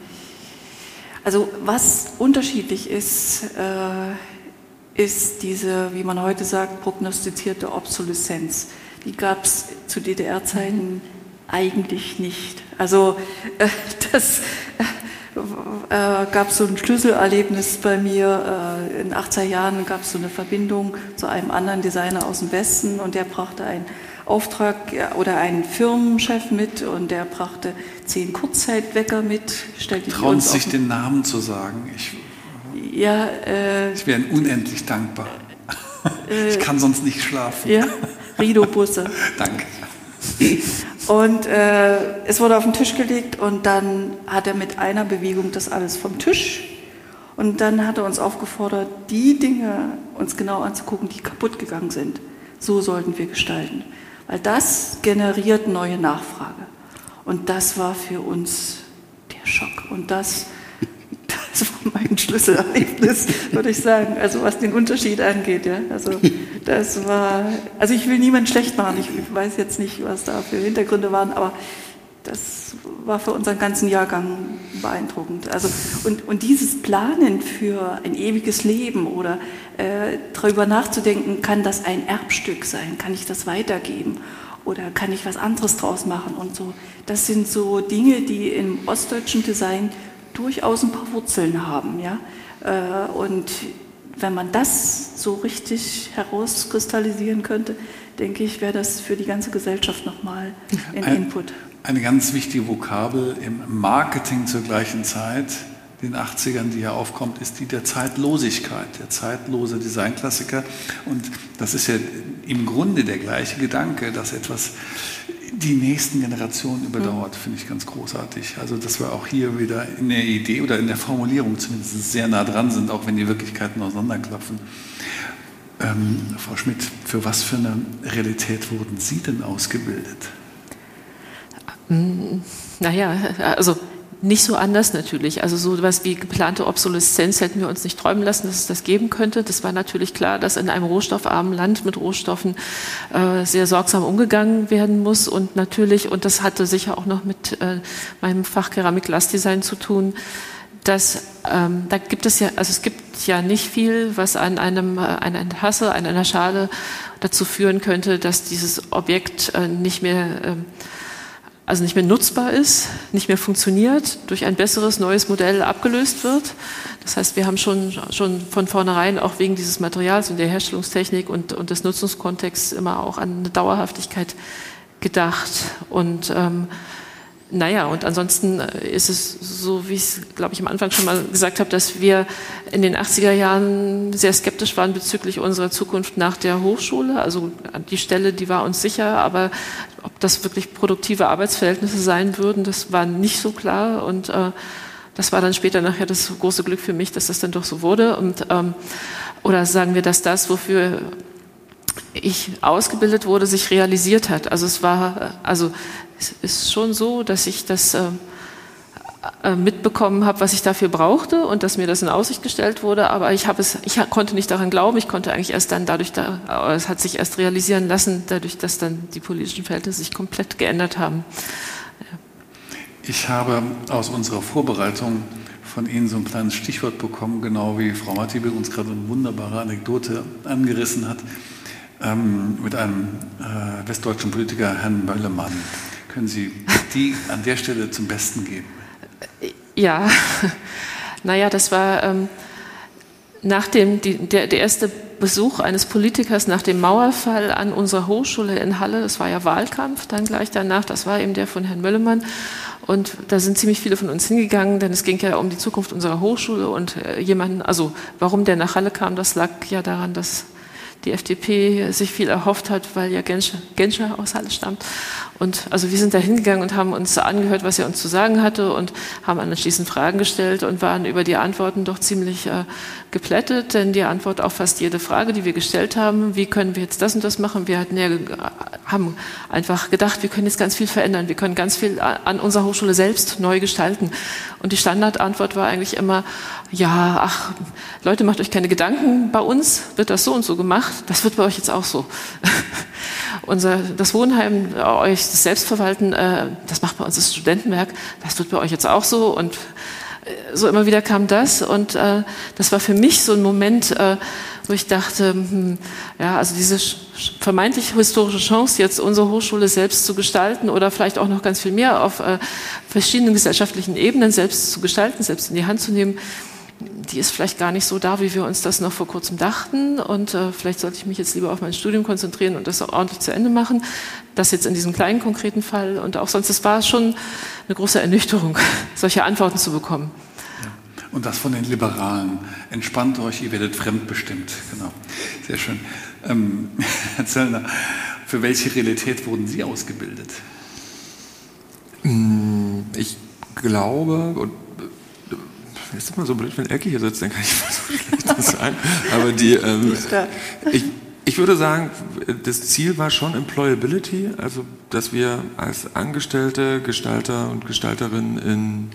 also was unterschiedlich ist, äh, ist diese, wie man heute sagt, prognostizierte Obsoleszenz. Die gab es zu D D R-Zeiten eigentlich nicht. Also äh, das äh, gab so ein Schlüsselerlebnis bei mir. Äh, in den achtziger Jahren gab es so eine Verbindung zu einem anderen Designer aus dem Westen und der brachte einen Auftrag oder einen Firmenchef mit und der brachte zehn Kurzzeitwecker mit. Stellte Trauen Sie sich den Namen zu sagen? Ich, ja, äh, ich wäre unendlich dankbar. Äh, ich kann sonst nicht schlafen. Ja, Rido Busse. Danke. Und äh, es wurde auf den Tisch gelegt und dann hat er mit einer Bewegung das alles vom Tisch und dann hat er uns aufgefordert, die Dinge uns genau anzugucken, die kaputt gegangen sind. So sollten wir gestalten. Weil das generiert neue Nachfrage. Und das war für uns der Schock. Und das, das war mein Schlüsselerlebnis, würde ich sagen. Also was den Unterschied angeht. Ja. Also das war, also ich will niemanden schlecht machen. Ich weiß jetzt nicht, was da für Hintergründe waren, aber das war für unseren ganzen Jahrgang beeindruckend. Also, und, und dieses Planen für ein ewiges Leben oder äh, darüber nachzudenken, kann das ein Erbstück sein, kann ich das weitergeben oder kann ich was anderes draus machen und so. Das sind so Dinge, die im ostdeutschen Design durchaus ein paar Wurzeln haben. Ja? Äh, und wenn man das so richtig herauskristallisieren könnte, denke ich, wäre das für die ganze Gesellschaft nochmal ein, ein Input. Eine ganz wichtige Vokabel im Marketing zur gleichen Zeit, den achtzigern, die hier aufkommt, ist die der Zeitlosigkeit, der zeitlose Designklassiker. Und das ist ja im Grunde der gleiche Gedanke, dass etwas die nächsten Generationen überdauert, finde ich ganz großartig. Also dass wir auch hier wieder in der Idee oder in der Formulierung zumindest sehr nah dran sind, auch wenn die Wirklichkeiten auseinanderklaffen. Ähm, Frau Schmidt, für was für eine Realität wurden Sie denn ausgebildet? Naja, also nicht so anders natürlich. Also so etwas wie geplante Obsoleszenz hätten wir uns nicht träumen lassen, dass es das geben könnte. Das war natürlich klar, dass in einem rohstoffarmen Land mit Rohstoffen äh, sehr sorgsam umgegangen werden muss. Und natürlich, und das hatte sicher auch noch mit äh, meinem Fach Keramik-Glasdesign zu tun, dass ähm, da gibt es ja, also es gibt ja nicht viel, was an einem, äh, an einer Tasse, an einer Schale dazu führen könnte, dass dieses Objekt äh, nicht mehr äh, also nicht mehr nutzbar ist, nicht mehr funktioniert, durch ein besseres, neues Modell abgelöst wird. Das heißt, wir haben schon, schon von vornherein auch wegen dieses Materials und der Herstellungstechnik und, und des Nutzungskontexts immer auch an eine Dauerhaftigkeit gedacht. Und ähm, Naja, und ansonsten ist es so, wie ich es, glaube ich, am Anfang schon mal gesagt habe, dass wir in den achtziger Jahren sehr skeptisch waren bezüglich unserer Zukunft nach der Hochschule. Also die Stelle, die war uns sicher, aber ob das wirklich produktive Arbeitsverhältnisse sein würden, das war nicht so klar. Und äh, das war dann später nachher das große Glück für mich, dass das dann doch so wurde. Und, ähm, oder sagen wir, dass das, wofür ich ausgebildet wurde, sich realisiert hat. Also es war, also es ist schon so, dass ich das äh, äh, mitbekommen habe, was ich dafür brauchte und dass mir das in Aussicht gestellt wurde, aber ich habe es, ich konnte nicht daran glauben, ich konnte eigentlich erst dann dadurch, da, es hat sich erst realisieren lassen, dadurch, dass dann die politischen Verhältnisse sich komplett geändert haben. Ja. Ich habe aus unserer Vorbereitung von Ihnen so ein kleines Stichwort bekommen, genau wie Frau Matibel uns gerade eine wunderbare Anekdote angerissen hat, ähm, mit einem äh, westdeutschen Politiker, Herrn Möllemann. Können Sie die an der Stelle zum Besten geben? Ja, naja, das war ähm, nach dem, die, der, der erste Besuch eines Politikers nach dem Mauerfall an unserer Hochschule in Halle. Das war ja Wahlkampf dann gleich danach, das war eben der von Herrn Möllemann. Und da sind ziemlich viele von uns hingegangen, denn es ging ja um die Zukunft unserer Hochschule und äh, jemanden, also warum der nach Halle kam, das lag ja daran, dass die F D P sich viel erhofft hat, weil ja Genscher, Genscher aus Halle stammt. Und also wir sind da hingegangen und haben uns angehört, was er uns zu sagen hatte und haben anschließend Fragen gestellt und waren über die Antworten doch ziemlich äh, geplättet, denn die Antwort auf fast jede Frage, die wir gestellt haben, wie können wir jetzt das und das machen, wir hatten ja, haben einfach gedacht, wir können jetzt ganz viel verändern, wir können ganz viel an unserer Hochschule selbst neu gestalten. Und die Standardantwort war eigentlich immer, ja, ach, Leute, macht euch keine Gedanken, bei uns wird das so und so gemacht, das wird bei euch jetzt auch so. Unser, das Wohnheim, euch das Selbstverwalten, äh, das macht bei uns das Studentenwerk, das wird bei euch jetzt auch so. Und äh, so immer wieder kam das. Und äh, das war für mich so ein Moment, äh, wo ich dachte, hm, ja, also diese vermeintlich historische Chance, jetzt unsere Hochschule selbst zu gestalten oder vielleicht auch noch ganz viel mehr auf äh, verschiedenen gesellschaftlichen Ebenen selbst zu gestalten, selbst in die Hand zu nehmen, die ist vielleicht gar nicht so da, wie wir uns das noch vor kurzem dachten. Und äh, vielleicht sollte ich mich jetzt lieber auf mein Studium konzentrieren und das auch ordentlich zu Ende machen. Das jetzt in diesem kleinen konkreten Fall und auch sonst, es war schon eine große Ernüchterung, solche Antworten zu bekommen. Ja. Und das von den Liberalen. Entspannt euch, ihr werdet fremdbestimmt. Genau, sehr schön. Ähm, Herr Zöllner, für welche Realität wurden Sie ausgebildet? Ich glaube, und ist immer so blöd, wenn Elke hier sitzt, dann kann ich so schlecht das sein. Aber die, ähm, ich, ich würde sagen, das Ziel war schon Employability, also dass wir als Angestellte, Gestalter und Gestalterinnen in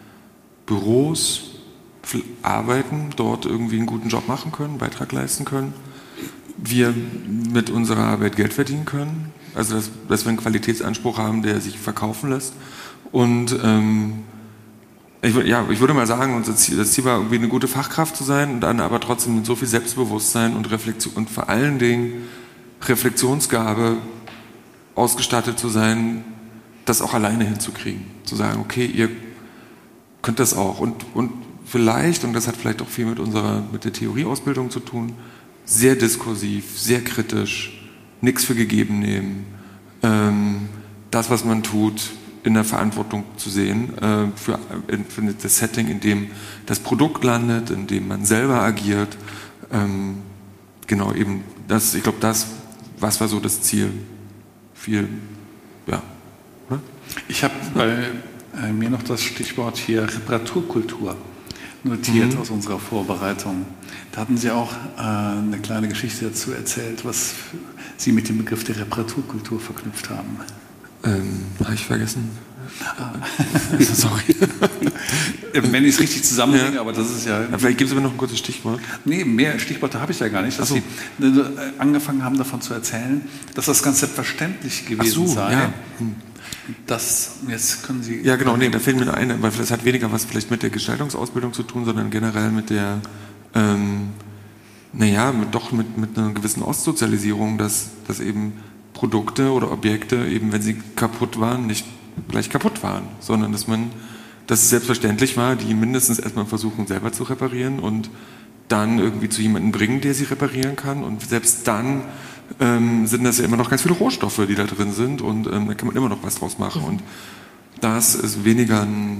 Büros arbeiten, dort irgendwie einen guten Job machen können, einen Beitrag leisten können. Wir mit unserer Arbeit Geld verdienen können, also dass, dass wir einen Qualitätsanspruch haben, der sich verkaufen lässt. Und ähm, Ich, ja, ich würde mal sagen, unser Ziel, das Ziel war, irgendwie eine gute Fachkraft zu sein und dann aber trotzdem mit so viel Selbstbewusstsein und Reflexion und vor allen Dingen Reflexionsgabe ausgestattet zu sein, das auch alleine hinzukriegen. Zu sagen, okay, ihr könnt das auch. Und, und vielleicht, und das hat vielleicht auch viel mit unserer, mit der Theorieausbildung zu tun, sehr diskursiv, sehr kritisch, nichts für gegeben nehmen, ähm, das, was man tut, in der Verantwortung zu sehen äh, für, für das Setting, in dem das Produkt landet, in dem man selber agiert. Ähm, genau, eben das, ich glaube, das, was war so das Ziel? Viel, ja. Oder? Ich habe bei äh, mir noch das Stichwort hier Reparaturkultur notiert mhm. aus unserer Vorbereitung. Da hatten Sie auch äh, eine kleine Geschichte dazu erzählt, was Sie mit dem Begriff der Reparaturkultur verknüpft haben. Ähm, habe ich vergessen. Ah. Sorry. Wenn ich es richtig zusammenbringe, ja. aber das ist ja... ja vielleicht gibt es aber noch ein kurzes Stichwort. Nee, mehr Stichworte habe ich ja gar nicht. Dass so. Sie angefangen haben, davon zu erzählen, dass das ganz selbstverständlich gewesen so, sei. Ja. Hm. Das, jetzt können Sie... Ja, genau, nee, da fällt mir ein, weil das hat weniger was vielleicht mit der Gestaltungsausbildung zu tun, sondern generell mit der... Ähm, naja, mit, doch mit, mit einer gewissen Ostsozialisierung, dass, dass eben Produkte oder Objekte, eben wenn sie kaputt waren, nicht gleich kaputt waren, sondern dass man, dass es selbstverständlich war, die mindestens erstmal versuchen selber zu reparieren und dann irgendwie zu jemandem bringen, der sie reparieren kann, und selbst dann ähm, sind das ja immer noch ganz viele Rohstoffe, die da drin sind, und ähm, da kann man immer noch was draus machen. Und das ist weniger ein,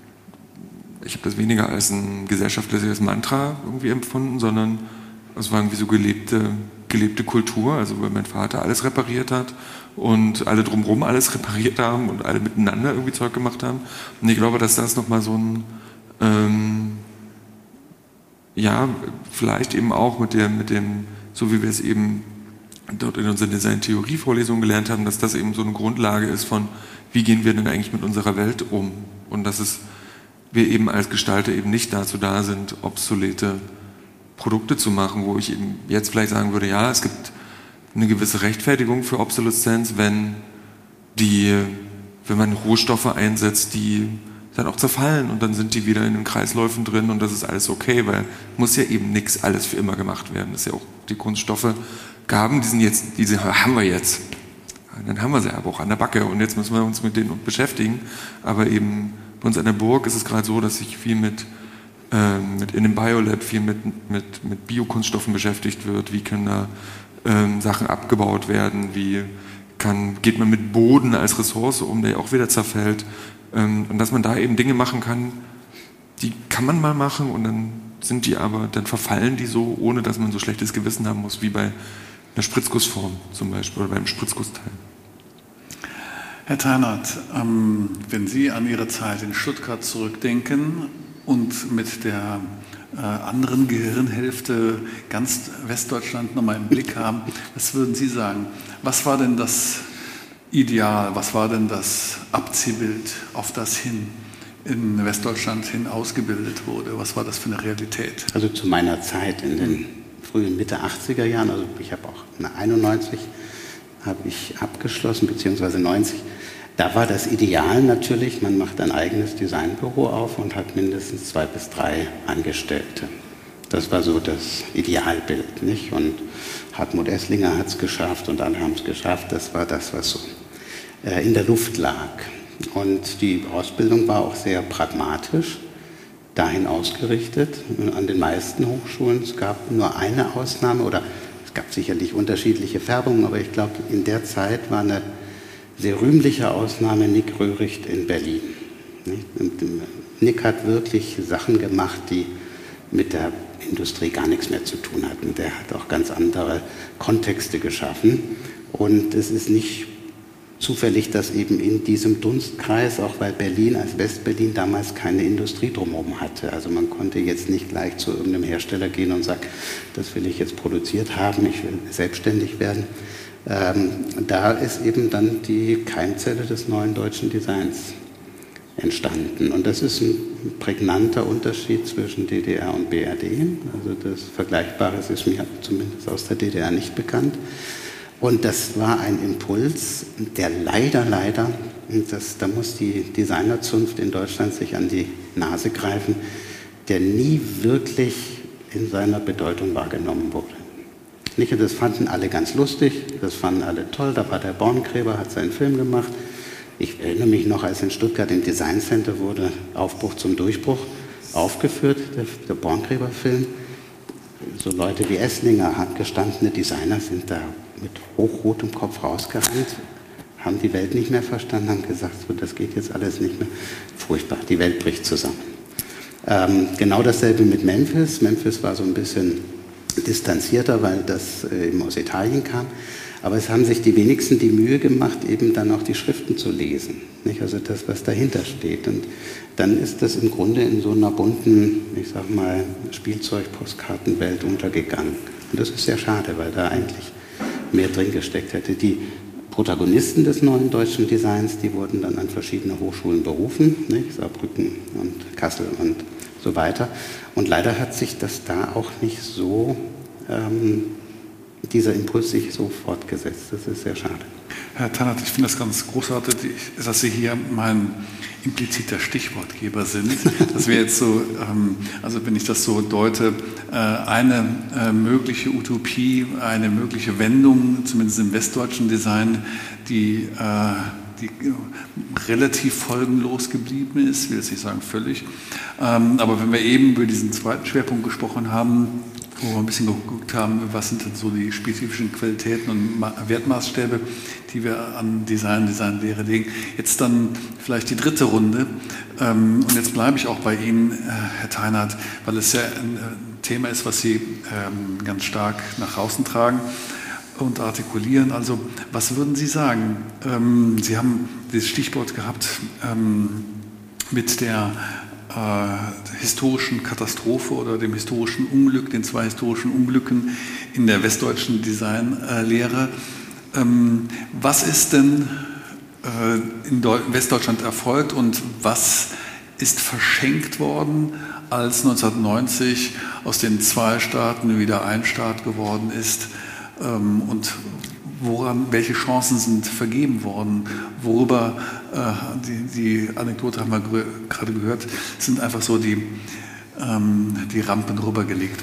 ich habe das weniger als ein gesellschaftliches Mantra irgendwie empfunden, sondern es war irgendwie so gelebte, gelebte Kultur, also weil mein Vater alles repariert hat und alle drumherum alles repariert haben und alle miteinander irgendwie Zeug gemacht haben. Und ich glaube, dass das nochmal so ein, ähm, ja, vielleicht eben auch mit, der, mit dem, so wie wir es eben dort in unserer Design-Theorie-Vorlesung gelernt haben, dass das eben so eine Grundlage ist von, wie gehen wir denn eigentlich mit unserer Welt um? Und dass es, wir eben als Gestalter eben nicht dazu da sind, obsolete Produkte zu machen, wo ich eben jetzt vielleicht sagen würde, ja, es gibt eine gewisse Rechtfertigung für Obsoleszenz, wenn die, wenn man Rohstoffe einsetzt, die dann auch zerfallen und dann sind die wieder in den Kreisläufen drin und das ist alles okay, weil muss ja eben nichts alles für immer gemacht werden. Das ist ja auch die Kunststoffe gaben, die sind jetzt, diese haben wir jetzt. Dann haben wir sie aber auch an der Backe und jetzt müssen wir uns mit denen beschäftigen. Aber eben bei uns an der Burg ist es gerade so, dass sich viel mit, ähm, mit in dem Biolab viel mit, mit, mit Biokunststoffen beschäftigt wird. Wie können da ähm, Sachen abgebaut werden? Wie kann, geht man mit Boden als Ressource um, der auch wieder zerfällt? Ähm, und dass man da eben Dinge machen kann, die kann man mal machen und dann sind die aber, dann verfallen die so, ohne dass man so schlechtes Gewissen haben muss, wie bei einer Spritzgussform zum Beispiel oder beim Spritzgussteil. Herr Teinert, ähm, wenn Sie an Ihre Zeit in Stuttgart zurückdenken und mit der äh, anderen Gehirnhälfte ganz Westdeutschland nochmal im Blick haben, was würden Sie sagen? Was war denn das Ideal, was war denn das Abziehbild, auf das hin in Westdeutschland hin ausgebildet wurde? Was war das für eine Realität? Also zu meiner Zeit in den frühen Mitte achtziger Jahren, also ich habe auch einundneunzig habe ich abgeschlossen, beziehungsweise neunzig. Da war das Ideal natürlich, man macht ein eigenes Designbüro auf und hat mindestens zwei bis drei Angestellte. Das war so das Idealbild, nicht? Und Hartmut Esslinger hat es geschafft und alle haben es geschafft. Das war das, was so äh, in der Luft lag. Und die Ausbildung war auch sehr pragmatisch dahin ausgerichtet. An den meisten Hochschulen, es gab nur eine Ausnahme oder es gab sicherlich unterschiedliche Färbungen, aber ich glaube, in der Zeit war eine sehr rühmliche Ausnahme Nick Röhricht in Berlin. Nick hat wirklich Sachen gemacht, die mit der Industrie gar nichts mehr zu tun hatten. Der hat auch ganz andere Kontexte geschaffen. Und es ist nicht zufällig, dass eben in diesem Dunstkreis, auch weil Berlin als Westberlin damals keine Industrie drumherum hatte. Also man konnte jetzt nicht gleich zu irgendeinem Hersteller gehen und sagen, das will ich jetzt produziert haben, ich will selbstständig werden. Ähm, da ist eben dann die Keimzelle des neuen deutschen Designs entstanden. Und das ist ein prägnanter Unterschied zwischen D D R und B R D. Also das Vergleichbares ist mir zumindest aus der D D R nicht bekannt. Und das war ein Impuls, der leider, leider, das, da muss die Designerzunft in Deutschland sich an die Nase greifen, der nie wirklich in seiner Bedeutung wahrgenommen wurde. Nicht, das fanden alle ganz lustig, das fanden alle toll, da war der Borngräber, hat seinen Film gemacht. Ich erinnere mich noch, als in Stuttgart im Design Center wurde Aufbruch zum Durchbruch aufgeführt, der, der Borngräber-Film. So Leute wie Esslinger, handgestandene Designer, sind da mit hochrotem Kopf rausgerannt, haben die Welt nicht mehr verstanden, haben gesagt, so, das geht jetzt alles nicht mehr. Furchtbar, die Welt bricht zusammen. Ähm, genau dasselbe mit Memphis. Memphis war so ein bisschen distanzierter, weil das äh, eben aus Italien kam. Aber es haben sich die wenigsten die Mühe gemacht, eben dann auch die Schriften zu lesen. Nicht? Also das, was dahinter steht. Und dann ist das im Grunde in so einer bunten, ich sag mal, Spielzeug-Postkartenwelt untergegangen. Und das ist sehr schade, weil da eigentlich mehr drin gesteckt hätte. Die Protagonisten des neuen deutschen Designs, die wurden dann an verschiedene Hochschulen berufen, nicht? Saarbrücken und Kassel und so weiter. Und leider hat sich das da auch nicht so, ähm, dieser Impuls sich so fortgesetzt. Das ist sehr schade. Herr Teinert, ich finde das ganz großartig, dass Sie hier mein impliziter Stichwortgeber sind. Das wäre jetzt so, also wenn ich das so deute, eine mögliche Utopie, eine mögliche Wendung, zumindest im westdeutschen Design, die, die relativ folgenlos geblieben ist, ich will jetzt nicht sagen völlig. Aber wenn wir eben über diesen zweiten Schwerpunkt gesprochen haben, wo wir ein bisschen geguckt haben, was sind denn so die spezifischen Qualitäten und Wertmaßstäbe, die wir an Design, Designlehre legen. Jetzt dann vielleicht die dritte Runde. Und jetzt bleibe ich auch bei Ihnen, Herr Teinert, weil es ja ein Thema ist, was Sie ganz stark nach außen tragen und artikulieren. Also was würden Sie sagen? Sie haben das Stichwort gehabt mit der äh, historischen Katastrophe oder dem historischen Unglück, den zwei historischen Unglücken in der westdeutschen Designlehre. Ähm, was ist denn äh, in Deu- Westdeutschland erfolgt und was ist verschenkt worden, als neunzehnhundertneunzig aus den zwei Staaten wieder ein Staat geworden ist? Ähm, und woran, welche Chancen sind vergeben worden? Worüber, äh, die, die Anekdote haben wir gerade gehört, sind einfach so die, ähm, die Rampen rübergelegt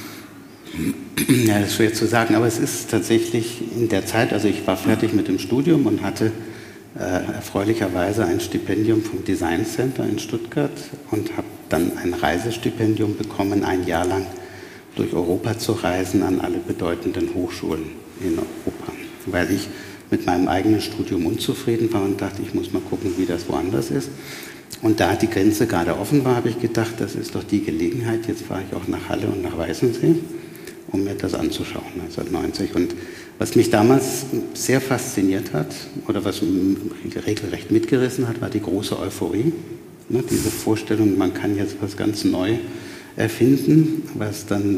worden. Ja, das ist schwer zu sagen, aber es ist tatsächlich in der Zeit, also ich war fertig mit dem Studium und hatte äh, erfreulicherweise ein Stipendium vom Design Center in Stuttgart und habe dann ein Reisestipendium bekommen, ein Jahr lang durch Europa zu reisen an alle bedeutenden Hochschulen in Europa, weil ich mit meinem eigenen Studium unzufrieden war und dachte, ich muss mal gucken, wie das woanders ist. Und da die Grenze gerade offen war, habe ich gedacht, das ist doch die Gelegenheit, jetzt fahre ich auch nach Halle und nach Weißensee, um mir das anzuschauen, neunzehnhundertneunzig. Und was mich damals sehr fasziniert hat, oder was mich regelrecht mitgerissen hat, war die große Euphorie. Ne, diese Vorstellung, man kann jetzt was ganz neu erfinden, was dann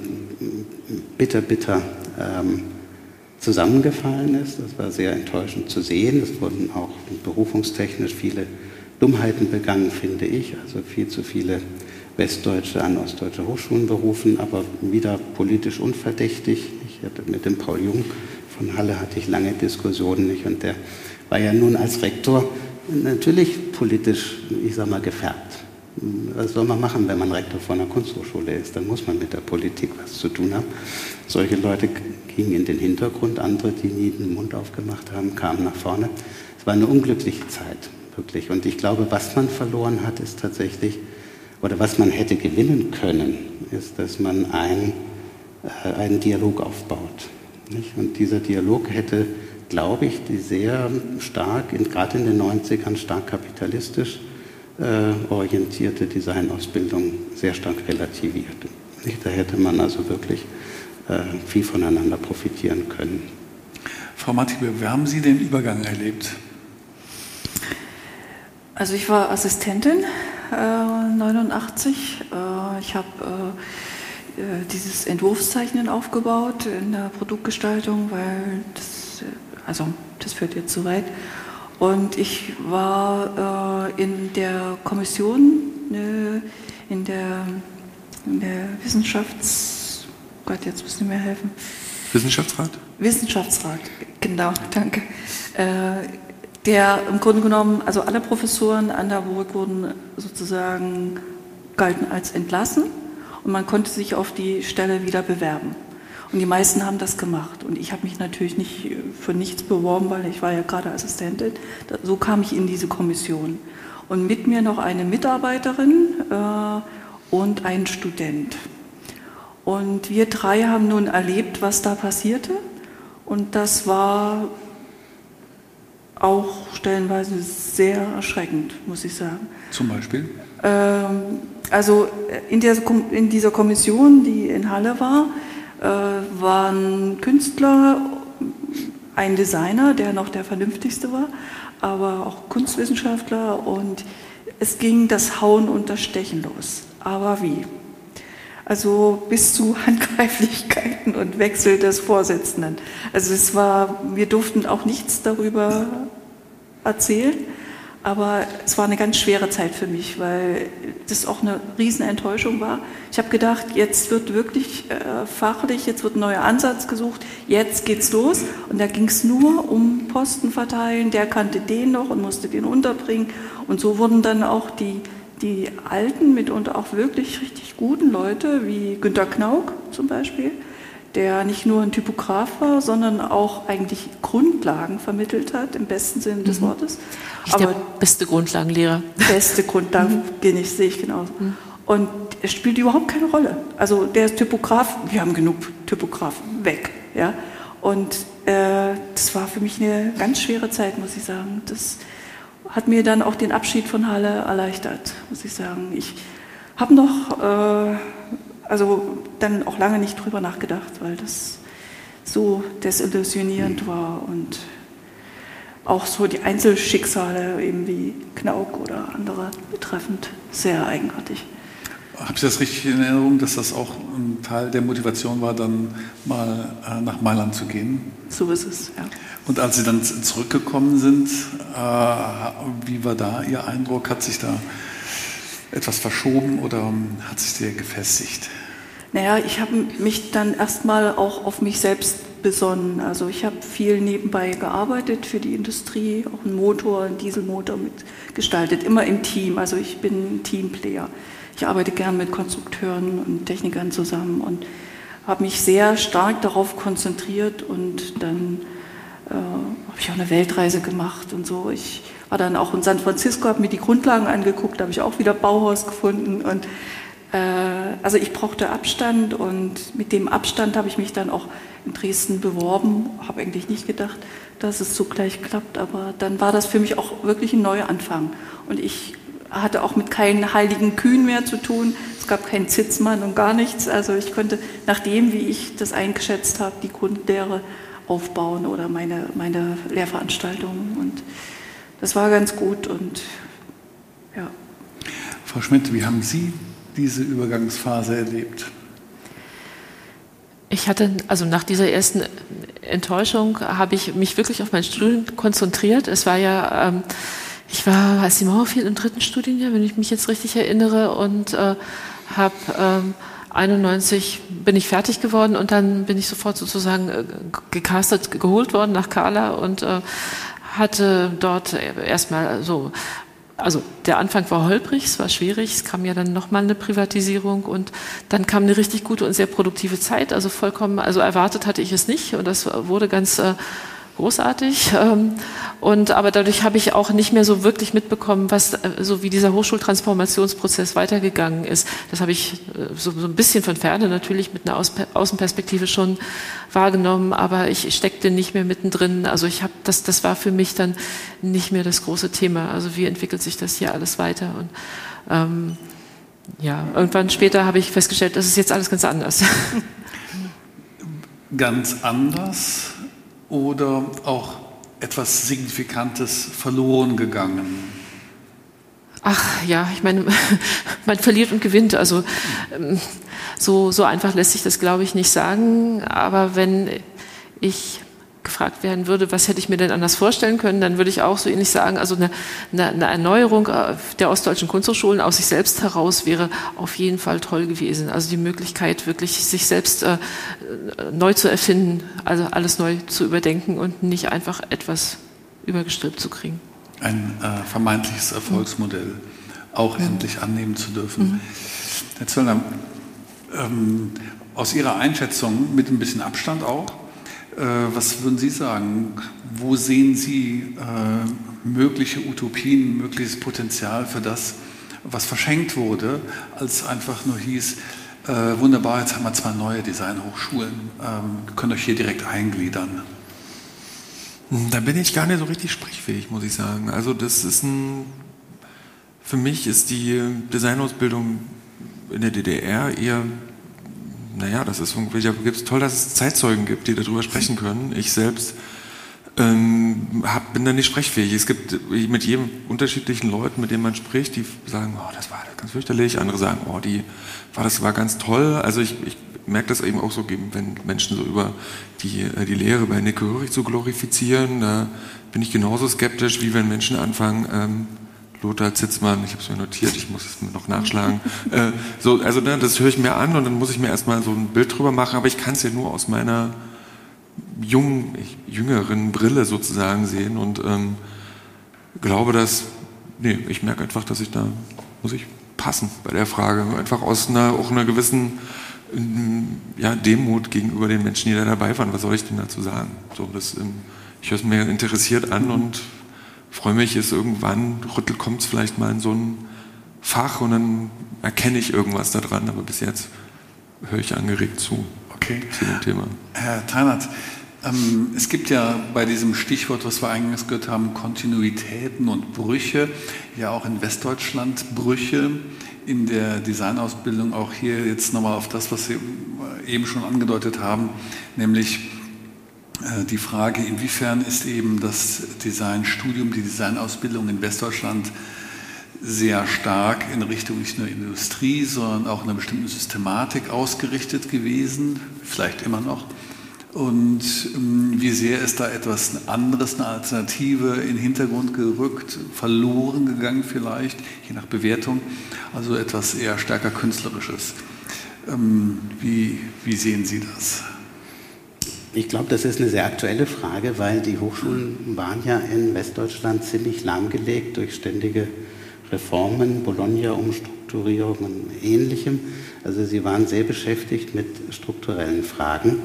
bitter, bitter ähm, zusammengefallen ist. Das war sehr enttäuschend zu sehen. Es wurden auch berufungstechnisch viele Dummheiten begangen, finde ich. Also viel zu viele Westdeutsche an ostdeutsche Hochschulen berufen, aber wieder politisch unverdächtig. Ich hatte mit dem Paul Jung von Halle hatte ich lange Diskussionen nicht und der war ja nun als Rektor natürlich politisch, ich sag mal, gefärbt. Was soll man machen, wenn man Rektor von einer Kunsthochschule ist? Dann muss man mit der Politik was zu tun haben. Solche Leute gingen in den Hintergrund, andere, die nie den Mund aufgemacht haben, kamen nach vorne. Es war eine unglückliche Zeit, wirklich. Und ich glaube, was man verloren hat, ist tatsächlich, oder was man hätte gewinnen können, ist, dass man ein, äh, einen Dialog aufbaut. Nicht? Und dieser Dialog hätte, glaube ich, die sehr stark, in, gerade in den neunzigern, stark kapitalistisch äh, orientierte Designausbildung sehr stark relativiert. Nicht? Da hätte man also wirklich äh, viel voneinander profitieren können. Frau Mattiebe, wie haben Sie den Übergang erlebt? Also ich war Assistentin äh, neunundachtzig. Äh, ich habe äh, dieses Entwurfszeichnen aufgebaut in der Produktgestaltung, weil das, also das führt jetzt zu weit. Und ich war äh, in der Kommission, äh, in, der, in der Wissenschafts... Gott, jetzt müssen Sie mir helfen. Wissenschaftsrat? Wissenschaftsrat, genau, danke. Äh, der im Grunde genommen, also alle Professoren an der Burg wurden sozusagen, galten als entlassen und man konnte sich auf die Stelle wieder bewerben. Und die meisten haben das gemacht. Und ich habe mich natürlich nicht für nichts beworben, weil ich war ja gerade Assistentin. So kam ich in diese Kommission. Und mit mir noch eine Mitarbeiterin äh, und ein Student. Und wir drei haben nun erlebt, was da passierte. Und das war auch stellenweise sehr erschreckend, muss ich sagen. Zum Beispiel? Ähm, also in, der, in dieser Kommission, die in Halle war, äh, waren Künstler, ein Designer, der noch der vernünftigste war, aber auch Kunstwissenschaftler und es ging das Hauen und das Stechen los. Aber wie? Also bis zu Handgreiflichkeiten und Wechsel des Vorsitzenden. Also es war, wir durften auch nichts darüber erzählen, aber es war eine ganz schwere Zeit für mich, weil das auch eine Riesenenttäuschung war. Ich habe gedacht, jetzt wird wirklich äh, fachlich, jetzt wird ein neuer Ansatz gesucht, jetzt geht's los. Und da ging es nur um Posten verteilen, der kannte den noch und musste den unterbringen. Und so wurden dann auch die, die alten, mitunter auch wirklich richtig guten Leute, wie Günter Knauk zum Beispiel, der nicht nur ein Typograf war, sondern auch eigentlich Grundlagen vermittelt hat, im besten Sinne des Mhm. Wortes. Ich Aber der beste Grundlagenlehrer. beste Grundlagen, mhm. sehe ich genauso. Mhm. Und es spielt überhaupt keine Rolle. Also der ist Typograf, wir haben genug Typografen, weg. Ja? Und äh, das war für mich eine ganz schwere Zeit, muss ich sagen. Das hat mir dann auch den Abschied von Halle erleichtert, muss ich sagen. Ich habe noch, äh, also dann auch lange nicht drüber nachgedacht, weil das so desillusionierend war und auch so die Einzelschicksale eben wie Knauk oder andere betreffend sehr eigenartig. Habe ich das richtig in Erinnerung, dass das auch ein Teil der Motivation war, dann mal äh, nach Mailand zu gehen? So ist es, ja. Und als Sie dann zurückgekommen sind, äh, wie war da Ihr Eindruck? Hat sich da etwas verschoben oder hat sich der gefestigt? Naja, ich habe mich dann erstmal auch auf mich selbst besonnen. Also ich habe viel nebenbei gearbeitet für die Industrie, auch einen Motor, einen Dieselmotor mitgestaltet, immer im Team. Also ich bin ein Teamplayer. Ich arbeite gern mit Konstrukteuren und Technikern zusammen und habe mich sehr stark darauf konzentriert und dann äh, habe ich auch eine Weltreise gemacht und so. Ich war dann auch in San Francisco, habe mir die Grundlagen angeguckt, da habe ich auch wieder Bauhaus gefunden und äh, also ich brauchte Abstand und mit dem Abstand habe ich mich dann auch in Dresden beworben, habe eigentlich nicht gedacht, dass es so gleich klappt, aber dann war das für mich auch wirklich ein Neuanfang und ich hatte auch mit keinen heiligen Kühen mehr zu tun. Es gab keinen Zitzmann und gar nichts. Also ich konnte nach dem, wie ich das eingeschätzt habe, die Grundlehre aufbauen oder meine, meine Lehrveranstaltungen. Und das war ganz gut. Und ja. Frau Schmidt, wie haben Sie diese Übergangsphase erlebt? Ich hatte, also nach dieser ersten Enttäuschung habe ich mich wirklich auf mein Studium konzentriert. Es war ja... Ähm, Ich war, als die Mauer fiel, im dritten Studienjahr, wenn ich mich jetzt richtig erinnere, und äh, habe ähm, einundneunzig bin ich fertig geworden und dann bin ich sofort sozusagen äh, gecastet, geholt worden nach Kala und äh, hatte dort erstmal so, also der Anfang war holprig, es war schwierig, es kam ja dann nochmal eine Privatisierung und dann kam eine richtig gute und sehr produktive Zeit, also vollkommen, also erwartet hatte ich es nicht und das wurde ganz äh, großartig. Und, aber dadurch habe ich auch nicht mehr so wirklich mitbekommen, was, so wie dieser Hochschultransformationsprozess weitergegangen ist. Das habe ich so, so ein bisschen von Ferne natürlich mit einer Außenperspektive schon wahrgenommen, aber ich steckte nicht mehr mittendrin. Also ich habe das, das war für mich dann nicht mehr das große Thema. Also wie entwickelt sich das hier alles weiter? Und ähm, ja, irgendwann später habe ich festgestellt, das ist jetzt alles ganz anders. Ganz anders? Oder auch etwas Signifikantes verloren gegangen? Ach ja, ich meine, man verliert und gewinnt. Also so, so einfach lässt sich das, glaube ich, nicht sagen. Aber wenn ich gefragt werden würde, was hätte ich mir denn anders vorstellen können, dann würde ich auch so ähnlich sagen, also eine, eine, eine Erneuerung der ostdeutschen Kunsthochschulen aus sich selbst heraus wäre auf jeden Fall toll gewesen. Also die Möglichkeit, wirklich sich selbst äh, neu zu erfinden, also alles neu zu überdenken und nicht einfach etwas übergestülpt zu kriegen. Ein äh, vermeintliches Erfolgsmodell mhm. auch mhm. endlich annehmen zu dürfen. Mhm. Herr Zöllner, ähm, aus Ihrer Einschätzung mit ein bisschen Abstand auch, was würden Sie sagen? Wo sehen Sie äh, mögliche Utopien, mögliches Potenzial für das, was verschenkt wurde, als einfach nur hieß, äh, wunderbar, jetzt haben wir zwei neue Designhochschulen, ähm, könnt euch hier direkt eingliedern? Da bin ich gar nicht so richtig sprechfähig, muss ich sagen. Also das ist ein, für mich ist die Designausbildung in der D D R eher... Naja, das ist irgendwie, gibt's toll, dass es Zeitzeugen gibt, die darüber sprechen können. Ich selbst ähm, hab, bin da nicht sprechfähig. Es gibt mit jedem unterschiedlichen Leuten, mit denen man spricht, die sagen, oh, das war ganz fürchterlich. Andere sagen, oh, die war, das war ganz toll. Also ich, ich merke das eben auch so, wenn Menschen so über die, die Lehre bei Nicke Hörig zu glorifizieren, da bin ich genauso skeptisch, wie wenn Menschen anfangen, ähm, Lothar Zitzmann, ich habe es mir notiert, ich muss es noch nachschlagen. äh, so, also ne, das höre ich mir an und dann muss ich mir erstmal so ein Bild drüber machen, aber ich kann es ja nur aus meiner jungen, jüngeren Brille sozusagen sehen und ähm, glaube, dass, nee, ich merke einfach, dass ich da, muss ich passen bei der Frage, einfach aus einer, auch einer gewissen ja, Demut gegenüber den Menschen, die da dabei waren. Was soll ich denn dazu sagen? So, das, ähm, ich höre es mir interessiert an und freue mich, ist irgendwann, rüttelt kommt es vielleicht mal in so einen Fach und dann erkenne ich irgendwas da dran, aber bis jetzt höre ich angeregt zu. Okay. Zu dem Thema. Herr Teinert, ähm, es gibt ja bei diesem Stichwort, was wir eingangs gehört haben, Kontinuitäten und Brüche, ja auch in Westdeutschland Brüche in der Designausbildung, auch hier jetzt nochmal auf das, was Sie eben schon angedeutet haben, nämlich äh, die Frage, inwiefern ist eben das Designstudium, die Designausbildung in Westdeutschland sehr stark in Richtung nicht nur Industrie, sondern auch einer bestimmten Systematik ausgerichtet gewesen, vielleicht immer noch. Und ähm, wie sehr ist da etwas anderes, eine Alternative in den Hintergrund gerückt, verloren gegangen vielleicht, je nach Bewertung, also etwas eher stärker Künstlerisches. Ähm, wie, wie sehen Sie das? Ich glaube, das ist eine sehr aktuelle Frage, weil die Hochschulen waren ja in Westdeutschland ziemlich lahmgelegt durch ständige Reformen, Bologna-Umstrukturierung und Ähnlichem. Also sie waren sehr beschäftigt mit strukturellen Fragen.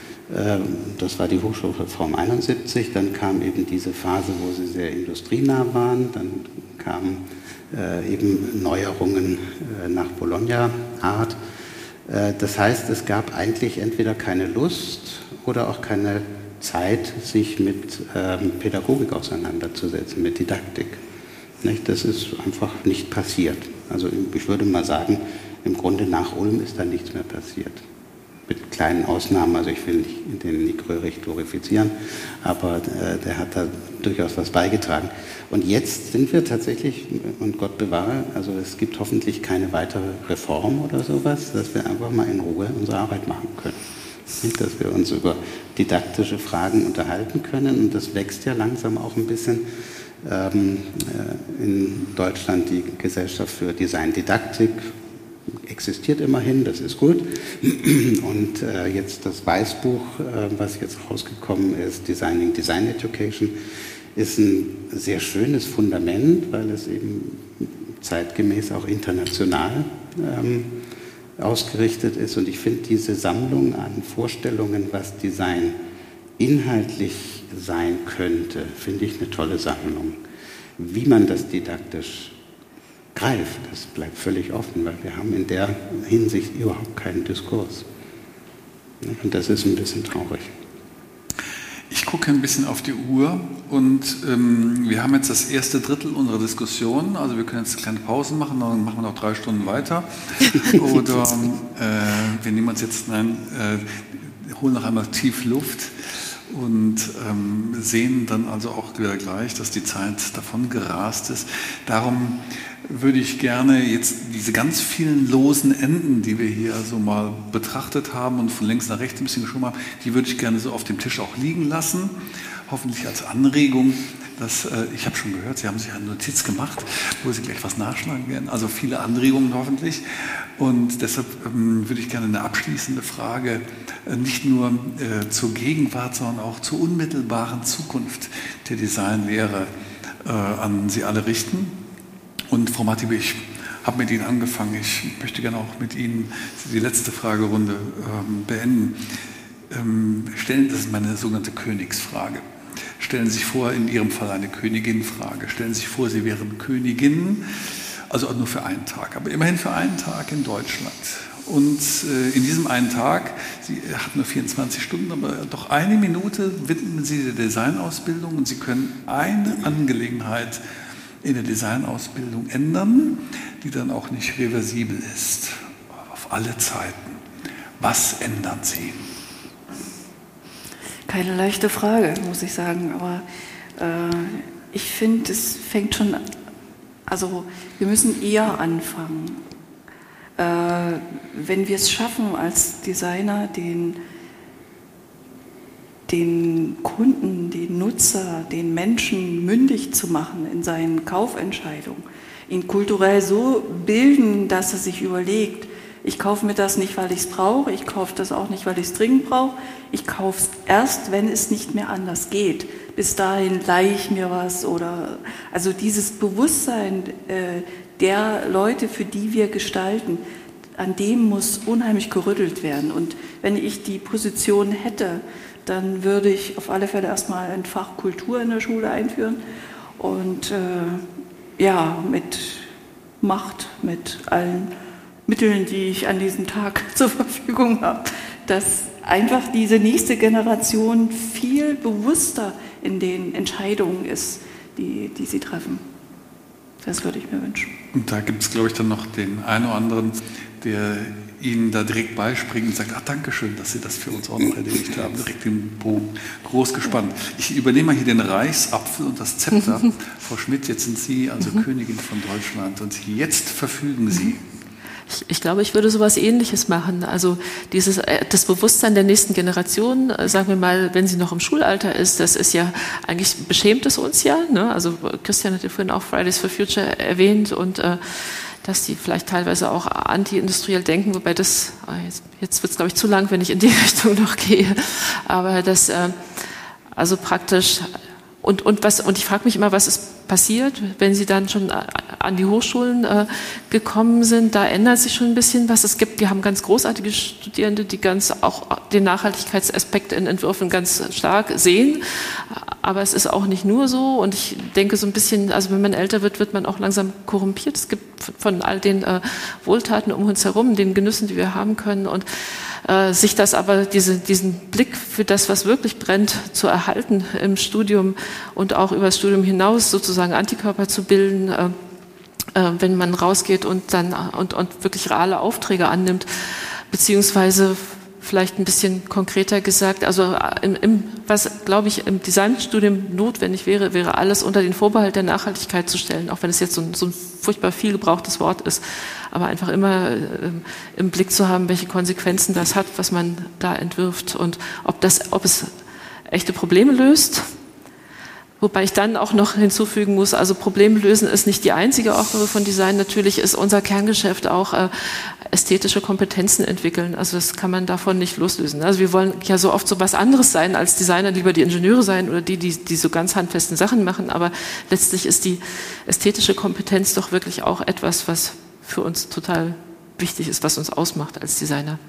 Das war die Hochschulreform einundsiebzig. Dann kam eben diese Phase, wo sie sehr industrienah waren. Dann kamen eben Neuerungen nach Bologna-Art. Das heißt, es gab eigentlich entweder keine Lust oder auch keine Zeit, sich mit Pädagogik auseinanderzusetzen, mit Didaktik. Das ist einfach nicht passiert. Also ich würde mal sagen, im Grunde nach Ulm ist da nichts mehr passiert. Mit kleinen Ausnahmen, also ich will nicht den Nick Röhrig glorifizieren, aber äh, der hat da durchaus was beigetragen. Und jetzt sind wir tatsächlich, und Gott bewahre, also es gibt hoffentlich keine weitere Reform oder sowas, dass wir einfach mal in Ruhe unsere Arbeit machen können. Nicht, dass wir uns über didaktische Fragen unterhalten können, und das wächst ja langsam auch ein bisschen. Ähm, äh, in Deutschland die Gesellschaft für Design-Didaktik existiert immerhin, das ist gut. Und äh, jetzt das Weißbuch, äh, was jetzt rausgekommen ist, Designing Design Education, ist ein sehr schönes Fundament, weil es eben zeitgemäß auch international ähm, ausgerichtet ist. Und ich finde diese Sammlung an Vorstellungen, was Design inhaltlich sein könnte, finde ich eine tolle Sammlung. Wie man das didaktisch greift, das bleibt völlig offen, weil wir haben in der Hinsicht überhaupt keinen Diskurs. Und das ist ein bisschen traurig. Ich gucke ein bisschen auf die Uhr und ähm, wir haben jetzt das erste Drittel unserer Diskussion, also wir können jetzt kleine Pausen machen, dann machen wir noch drei Stunden weiter. Oder äh, wir nehmen uns jetzt, nein, äh, holen noch einmal tief Luft und ähm, sehen dann also auch wieder gleich, dass die Zeit davon gerast ist. Darum würde ich gerne jetzt diese ganz vielen losen Enden, die wir hier so mal betrachtet haben und von links nach rechts ein bisschen geschoben haben, die würde ich gerne so auf dem Tisch auch liegen lassen, hoffentlich als Anregung. Das, äh, ich habe schon gehört, Sie haben sich eine Notiz gemacht, wo Sie gleich was nachschlagen werden, also viele Anregungen hoffentlich. Und deshalb ähm, würde ich gerne eine abschließende Frage äh, nicht nur äh, zur Gegenwart, sondern auch zur unmittelbaren Zukunft der Designlehre äh, an Sie alle richten. Und Frau Mathiebe, ich habe mit Ihnen angefangen. Ich möchte gerne auch mit Ihnen die letzte Fragerunde ähm, beenden. Ähm, stellen, das ist meine sogenannte Königsfrage. Stellen Sie sich vor, in Ihrem Fall eine Königin-Frage. Stellen Sie sich vor, Sie wären Königin, also nur für einen Tag, aber immerhin für einen Tag in Deutschland. Und äh, in diesem einen Tag, Sie hatten nur vierundzwanzig Stunden, aber doch eine Minute widmen Sie der Designausbildung und Sie können eine Angelegenheit in der Designausbildung ändern, die dann auch nicht reversibel ist, auf alle Zeiten. Was ändern Sie? Keine leichte Frage, muss ich sagen, aber äh, ich finde, es fängt schon, also wir müssen eher anfangen. Äh, wenn wir es schaffen, als Designer den, den Kunden, den Nutzer, den Menschen mündig zu machen in seinen Kaufentscheidungen, ihn kulturell so bilden, dass er sich überlegt, ich kaufe mir das nicht, weil ich es brauche, ich kaufe das auch nicht, weil ich es dringend brauche, ich kaufe es erst, wenn es nicht mehr anders geht. Bis dahin leihe ich mir was oder, also dieses Bewusstsein äh, der Leute, für die wir gestalten, an dem muss unheimlich gerüttelt werden. Und wenn ich die Position hätte, dann würde ich auf alle Fälle erstmal ein Fach Kultur in der Schule einführen und äh, ja, mit macht mit allen Mitteln, die ich an diesem Tag zur Verfügung habe, dass einfach diese nächste Generation viel bewusster in den Entscheidungen ist, die, die sie treffen. Das würde ich mir wünschen. Und da gibt es, glaube ich, dann noch den einen oder anderen, der Ihnen da direkt beispringt und sagt, ach, danke schön, dass Sie das für uns auch noch erledigt haben. Direkt den Bogen groß gespannt. Ich übernehme mal hier den Reichsapfel und das Zepter. Frau Schmidt, jetzt sind Sie also mhm. Königin von Deutschland und jetzt verfügen Sie. Ich, ich glaube, ich würde sowas Ähnliches machen. Also dieses, das Bewusstsein der nächsten Generation, sagen wir mal, wenn sie noch im Schulalter ist, das ist ja, eigentlich beschämt es uns ja. Ne? Also Christian hat ja vorhin auch Fridays for Future erwähnt und äh, dass die vielleicht teilweise auch anti-industriell denken, wobei das, jetzt, jetzt wird es glaube ich zu lang, wenn ich in die Richtung noch gehe, aber das, äh, also praktisch, und, und, was, und ich frage mich immer, was ist passiert, wenn sie dann schon an die Hochschulen äh, gekommen sind, da ändert sich schon ein bisschen was. Es gibt, wir haben ganz großartige Studierende, die ganz auch den Nachhaltigkeitsaspekt in Entwürfen ganz stark sehen, aber es ist auch nicht nur so und ich denke so ein bisschen, also wenn man älter wird, wird man auch langsam korrumpiert. Es gibt von all den äh, Wohltaten um uns herum, den Genüssen, die wir haben können und äh, sich das aber, diese, diesen Blick für das, was wirklich brennt, zu erhalten im Studium und auch über das Studium hinaus sozusagen Antikörper zu bilden, äh, äh, wenn man rausgeht und dann und, und wirklich reale Aufträge annimmt, beziehungsweise vielleicht ein bisschen konkreter gesagt, also im, im, was, glaube ich, im Designstudium notwendig wäre, wäre alles unter den Vorbehalt der Nachhaltigkeit zu stellen, auch wenn es jetzt so ein, so ein furchtbar viel gebrauchtes Wort ist, aber einfach immer äh, im Blick zu haben, welche Konsequenzen das hat, was man da entwirft und ob das, ob es echte Probleme löst. Wobei ich dann auch noch hinzufügen muss, also Probleme lösen ist nicht die einzige Aufgabe von Design. Natürlich ist unser Kerngeschäft auch äh, ästhetische Kompetenzen entwickeln. Also das kann man davon nicht loslösen. Also wir wollen ja so oft so was anderes sein als Designer, lieber die Ingenieure sein oder die, die, die so ganz handfesten Sachen machen. Aber letztlich ist die ästhetische Kompetenz doch wirklich auch etwas, was für uns total wichtig ist, was uns ausmacht als Designer.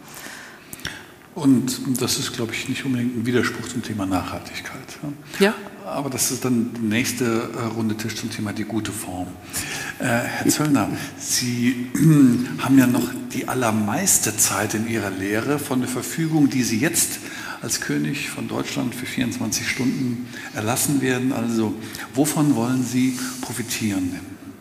Und das ist, glaube ich, nicht unbedingt ein Widerspruch zum Thema Nachhaltigkeit. Ja. Aber das ist dann die nächste äh, Runde Tisch zum Thema die gute Form. Äh, Herr Zöllner, Sie äh, haben ja noch die allermeiste Zeit in Ihrer Lehre von der Verfügung, die Sie jetzt als König von Deutschland für vierundzwanzig Stunden erlassen werden. Also wovon wollen Sie profitieren?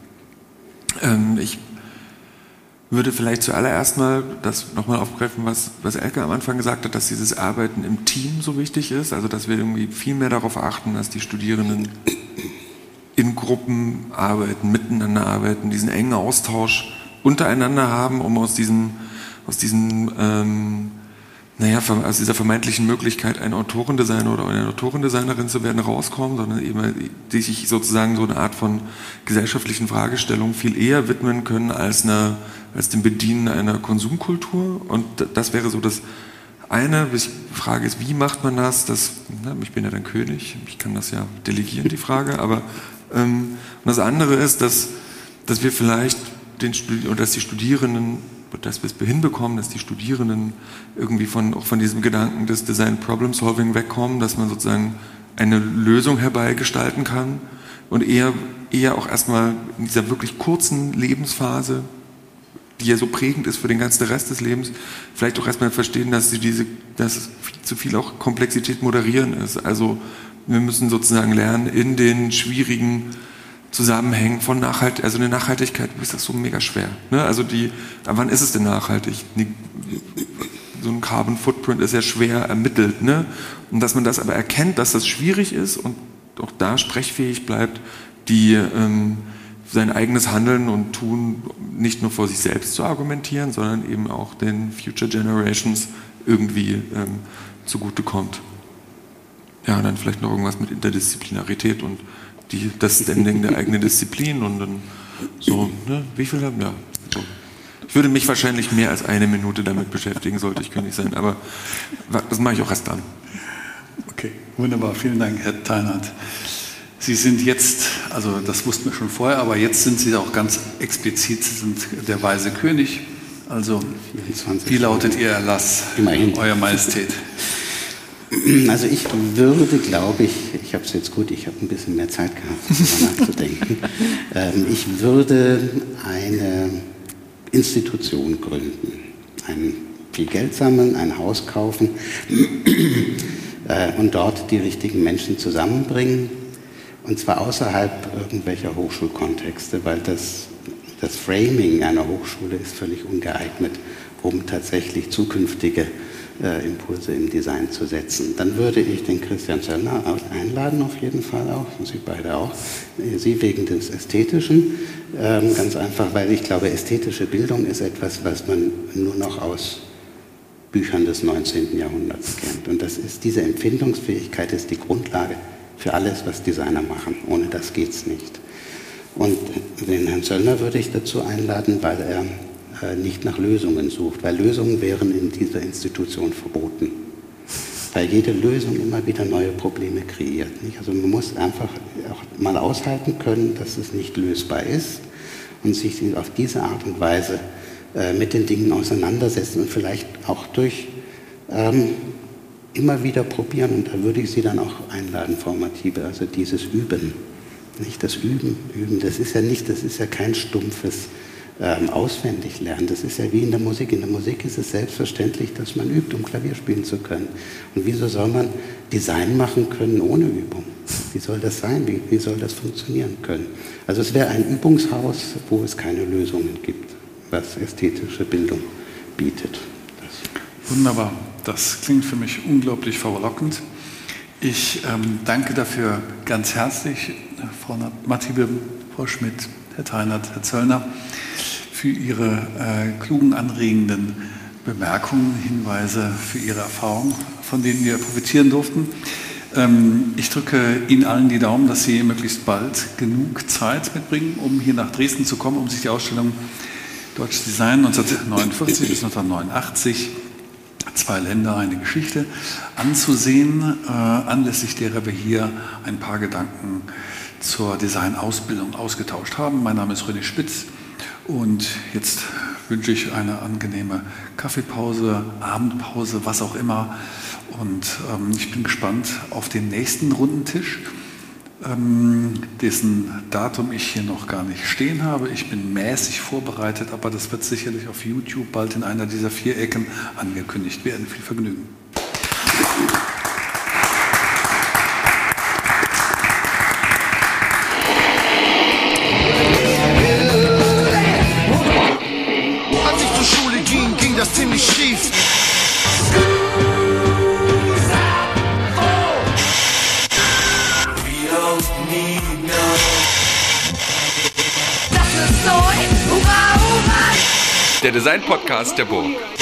Ähm, ich würde vielleicht zuallererst mal das nochmal aufgreifen, was, was Elke am Anfang gesagt hat, dass dieses Arbeiten im Team so wichtig ist, also dass wir irgendwie viel mehr darauf achten, dass die Studierenden in Gruppen arbeiten, miteinander arbeiten, diesen engen Austausch untereinander haben, um aus diesem, aus diesem, ähm, naja, aus dieser vermeintlichen Möglichkeit, ein Autorendesigner oder eine Autorendesignerin zu werden, rauskommen, sondern eben die sich sozusagen so eine Art von gesellschaftlichen Fragestellung viel eher widmen können als, eine, als dem Bedienen einer Konsumkultur. Und das wäre so das eine. Die Frage ist, wie macht man das? das na, ich bin ja dann König, ich kann das ja delegieren, die Frage. Aber ähm, und das andere ist, dass, dass wir vielleicht den Studi- oder dass die Studierenden dass wir es hinbekommen, dass die Studierenden irgendwie von, auch von diesem Gedanken des Design Problem Solving wegkommen, dass man sozusagen eine Lösung herbeigestalten kann und eher, eher auch erstmal in dieser wirklich kurzen Lebensphase, die ja so prägend ist für den ganzen Rest des Lebens, vielleicht auch erstmal verstehen, dass sie diese, dass viel zu viel auch Komplexität moderieren ist. Also wir müssen sozusagen lernen, in den schwierigen Zusammenhängen von Nachhaltigkeit, also eine Nachhaltigkeit ist das so mega schwer. Ne? Also die, wann ist es denn nachhaltig? So ein Carbon Footprint ist ja schwer ermittelt. Ne? Und dass man das aber erkennt, dass das schwierig ist und auch da sprechfähig bleibt, die ähm, sein eigenes Handeln und Tun nicht nur vor sich selbst zu argumentieren, sondern eben auch den Future Generations irgendwie ähm, zugutekommt. Ja, und dann vielleicht noch irgendwas mit Interdisziplinarität und Die, das Standing der eigenen Disziplin und dann so, ne, wie viel haben ja. So. Ich würde mich wahrscheinlich mehr als eine Minute damit beschäftigen, sollte ich König sein, aber das mache ich auch erst dann. Okay, wunderbar, vielen Dank, Herr Teinert. Sie sind jetzt, also das wussten wir schon vorher, aber jetzt sind Sie auch ganz explizit, Sie sind der weise König. Also, vierundzwanzig wie lautet Ihr Erlass, immerhin, Euer Majestät? Also ich würde, glaube ich, ich habe es jetzt gut, ich habe ein bisschen mehr Zeit gehabt, darüber nachzudenken. Ähm, ich würde eine Institution gründen, ein, viel Geld sammeln, ein Haus kaufen äh, und dort die richtigen Menschen zusammenbringen, und zwar außerhalb irgendwelcher Hochschulkontexte, weil das, das Framing einer Hochschule ist völlig ungeeignet, um tatsächlich zukünftige äh, Impulse im Design zu setzen. Dann würde ich den Christian Zöllner einladen, auf jeden Fall auch, und Sie beide auch. Sie wegen des Ästhetischen, ähm, ganz einfach, weil ich glaube, ästhetische Bildung ist etwas, was man nur noch aus Büchern des neunzehnten Jahrhunderts kennt. Und das ist, diese Empfindungsfähigkeit ist die Grundlage für alles, was Designer machen. Ohne das geht es nicht. Und den Herrn Zöllner würde ich dazu einladen, weil er äh, nicht nach Lösungen sucht, weil Lösungen wären in dieser Institution verboten. Weil jede Lösung immer wieder neue Probleme kreiert. Nicht? Also man muss einfach auch mal aushalten können, dass es nicht lösbar ist und sich auf diese Art und Weise äh, mit den Dingen auseinandersetzen und vielleicht auch durch ähm, immer wieder probieren. Und da würde ich Sie dann auch einladen, Frau Mathiebe, also dieses Üben. Nicht das Üben, Üben, das ist ja nicht, das ist ja kein stumpfes ähm, Auswendiglernen. Das ist ja wie in der Musik. In der Musik ist es selbstverständlich, dass man übt, um Klavier spielen zu können. Und wieso soll man Design machen können ohne Übung? Wie soll das sein? Wie, wie soll das funktionieren können? Also es wäre ein Übungshaus, wo es keine Lösungen gibt, was ästhetische Bildung bietet. Das. Wunderbar. Das klingt für mich unglaublich verlockend. Ich ähm, danke dafür ganz herzlich, Frau Mathiebe, Frau Schmidt, Herr Theinert, Herr Zöllner, für Ihre äh, klugen, anregenden Bemerkungen, Hinweise, für Ihre Erfahrungen, von denen wir profitieren durften. Ähm, ich drücke Ihnen allen die Daumen, dass Sie möglichst bald genug Zeit mitbringen, um hier nach Dresden zu kommen, um sich die Ausstellung Deutsches Design neunzehnhundertneunundvierzig bis neunzehnhundertneunundachtzig, zwei Länder, eine Geschichte, anzusehen, äh, anlässlich derer wir hier ein paar Gedanken zur Designausbildung ausgetauscht haben. Mein Name ist René Spitz und jetzt wünsche ich eine angenehme Kaffeepause, Abendpause, was auch immer. Und ähm, ich bin gespannt auf den nächsten Rundentisch, ähm, dessen Datum ich hier noch gar nicht stehen habe. Ich bin mäßig vorbereitet, aber das wird sicherlich auf YouTube bald in einer dieser vier Ecken angekündigt werden. Viel Vergnügen. Als ich zur Schule ging, ging das ziemlich schief. Der Design-Podcast der Burg.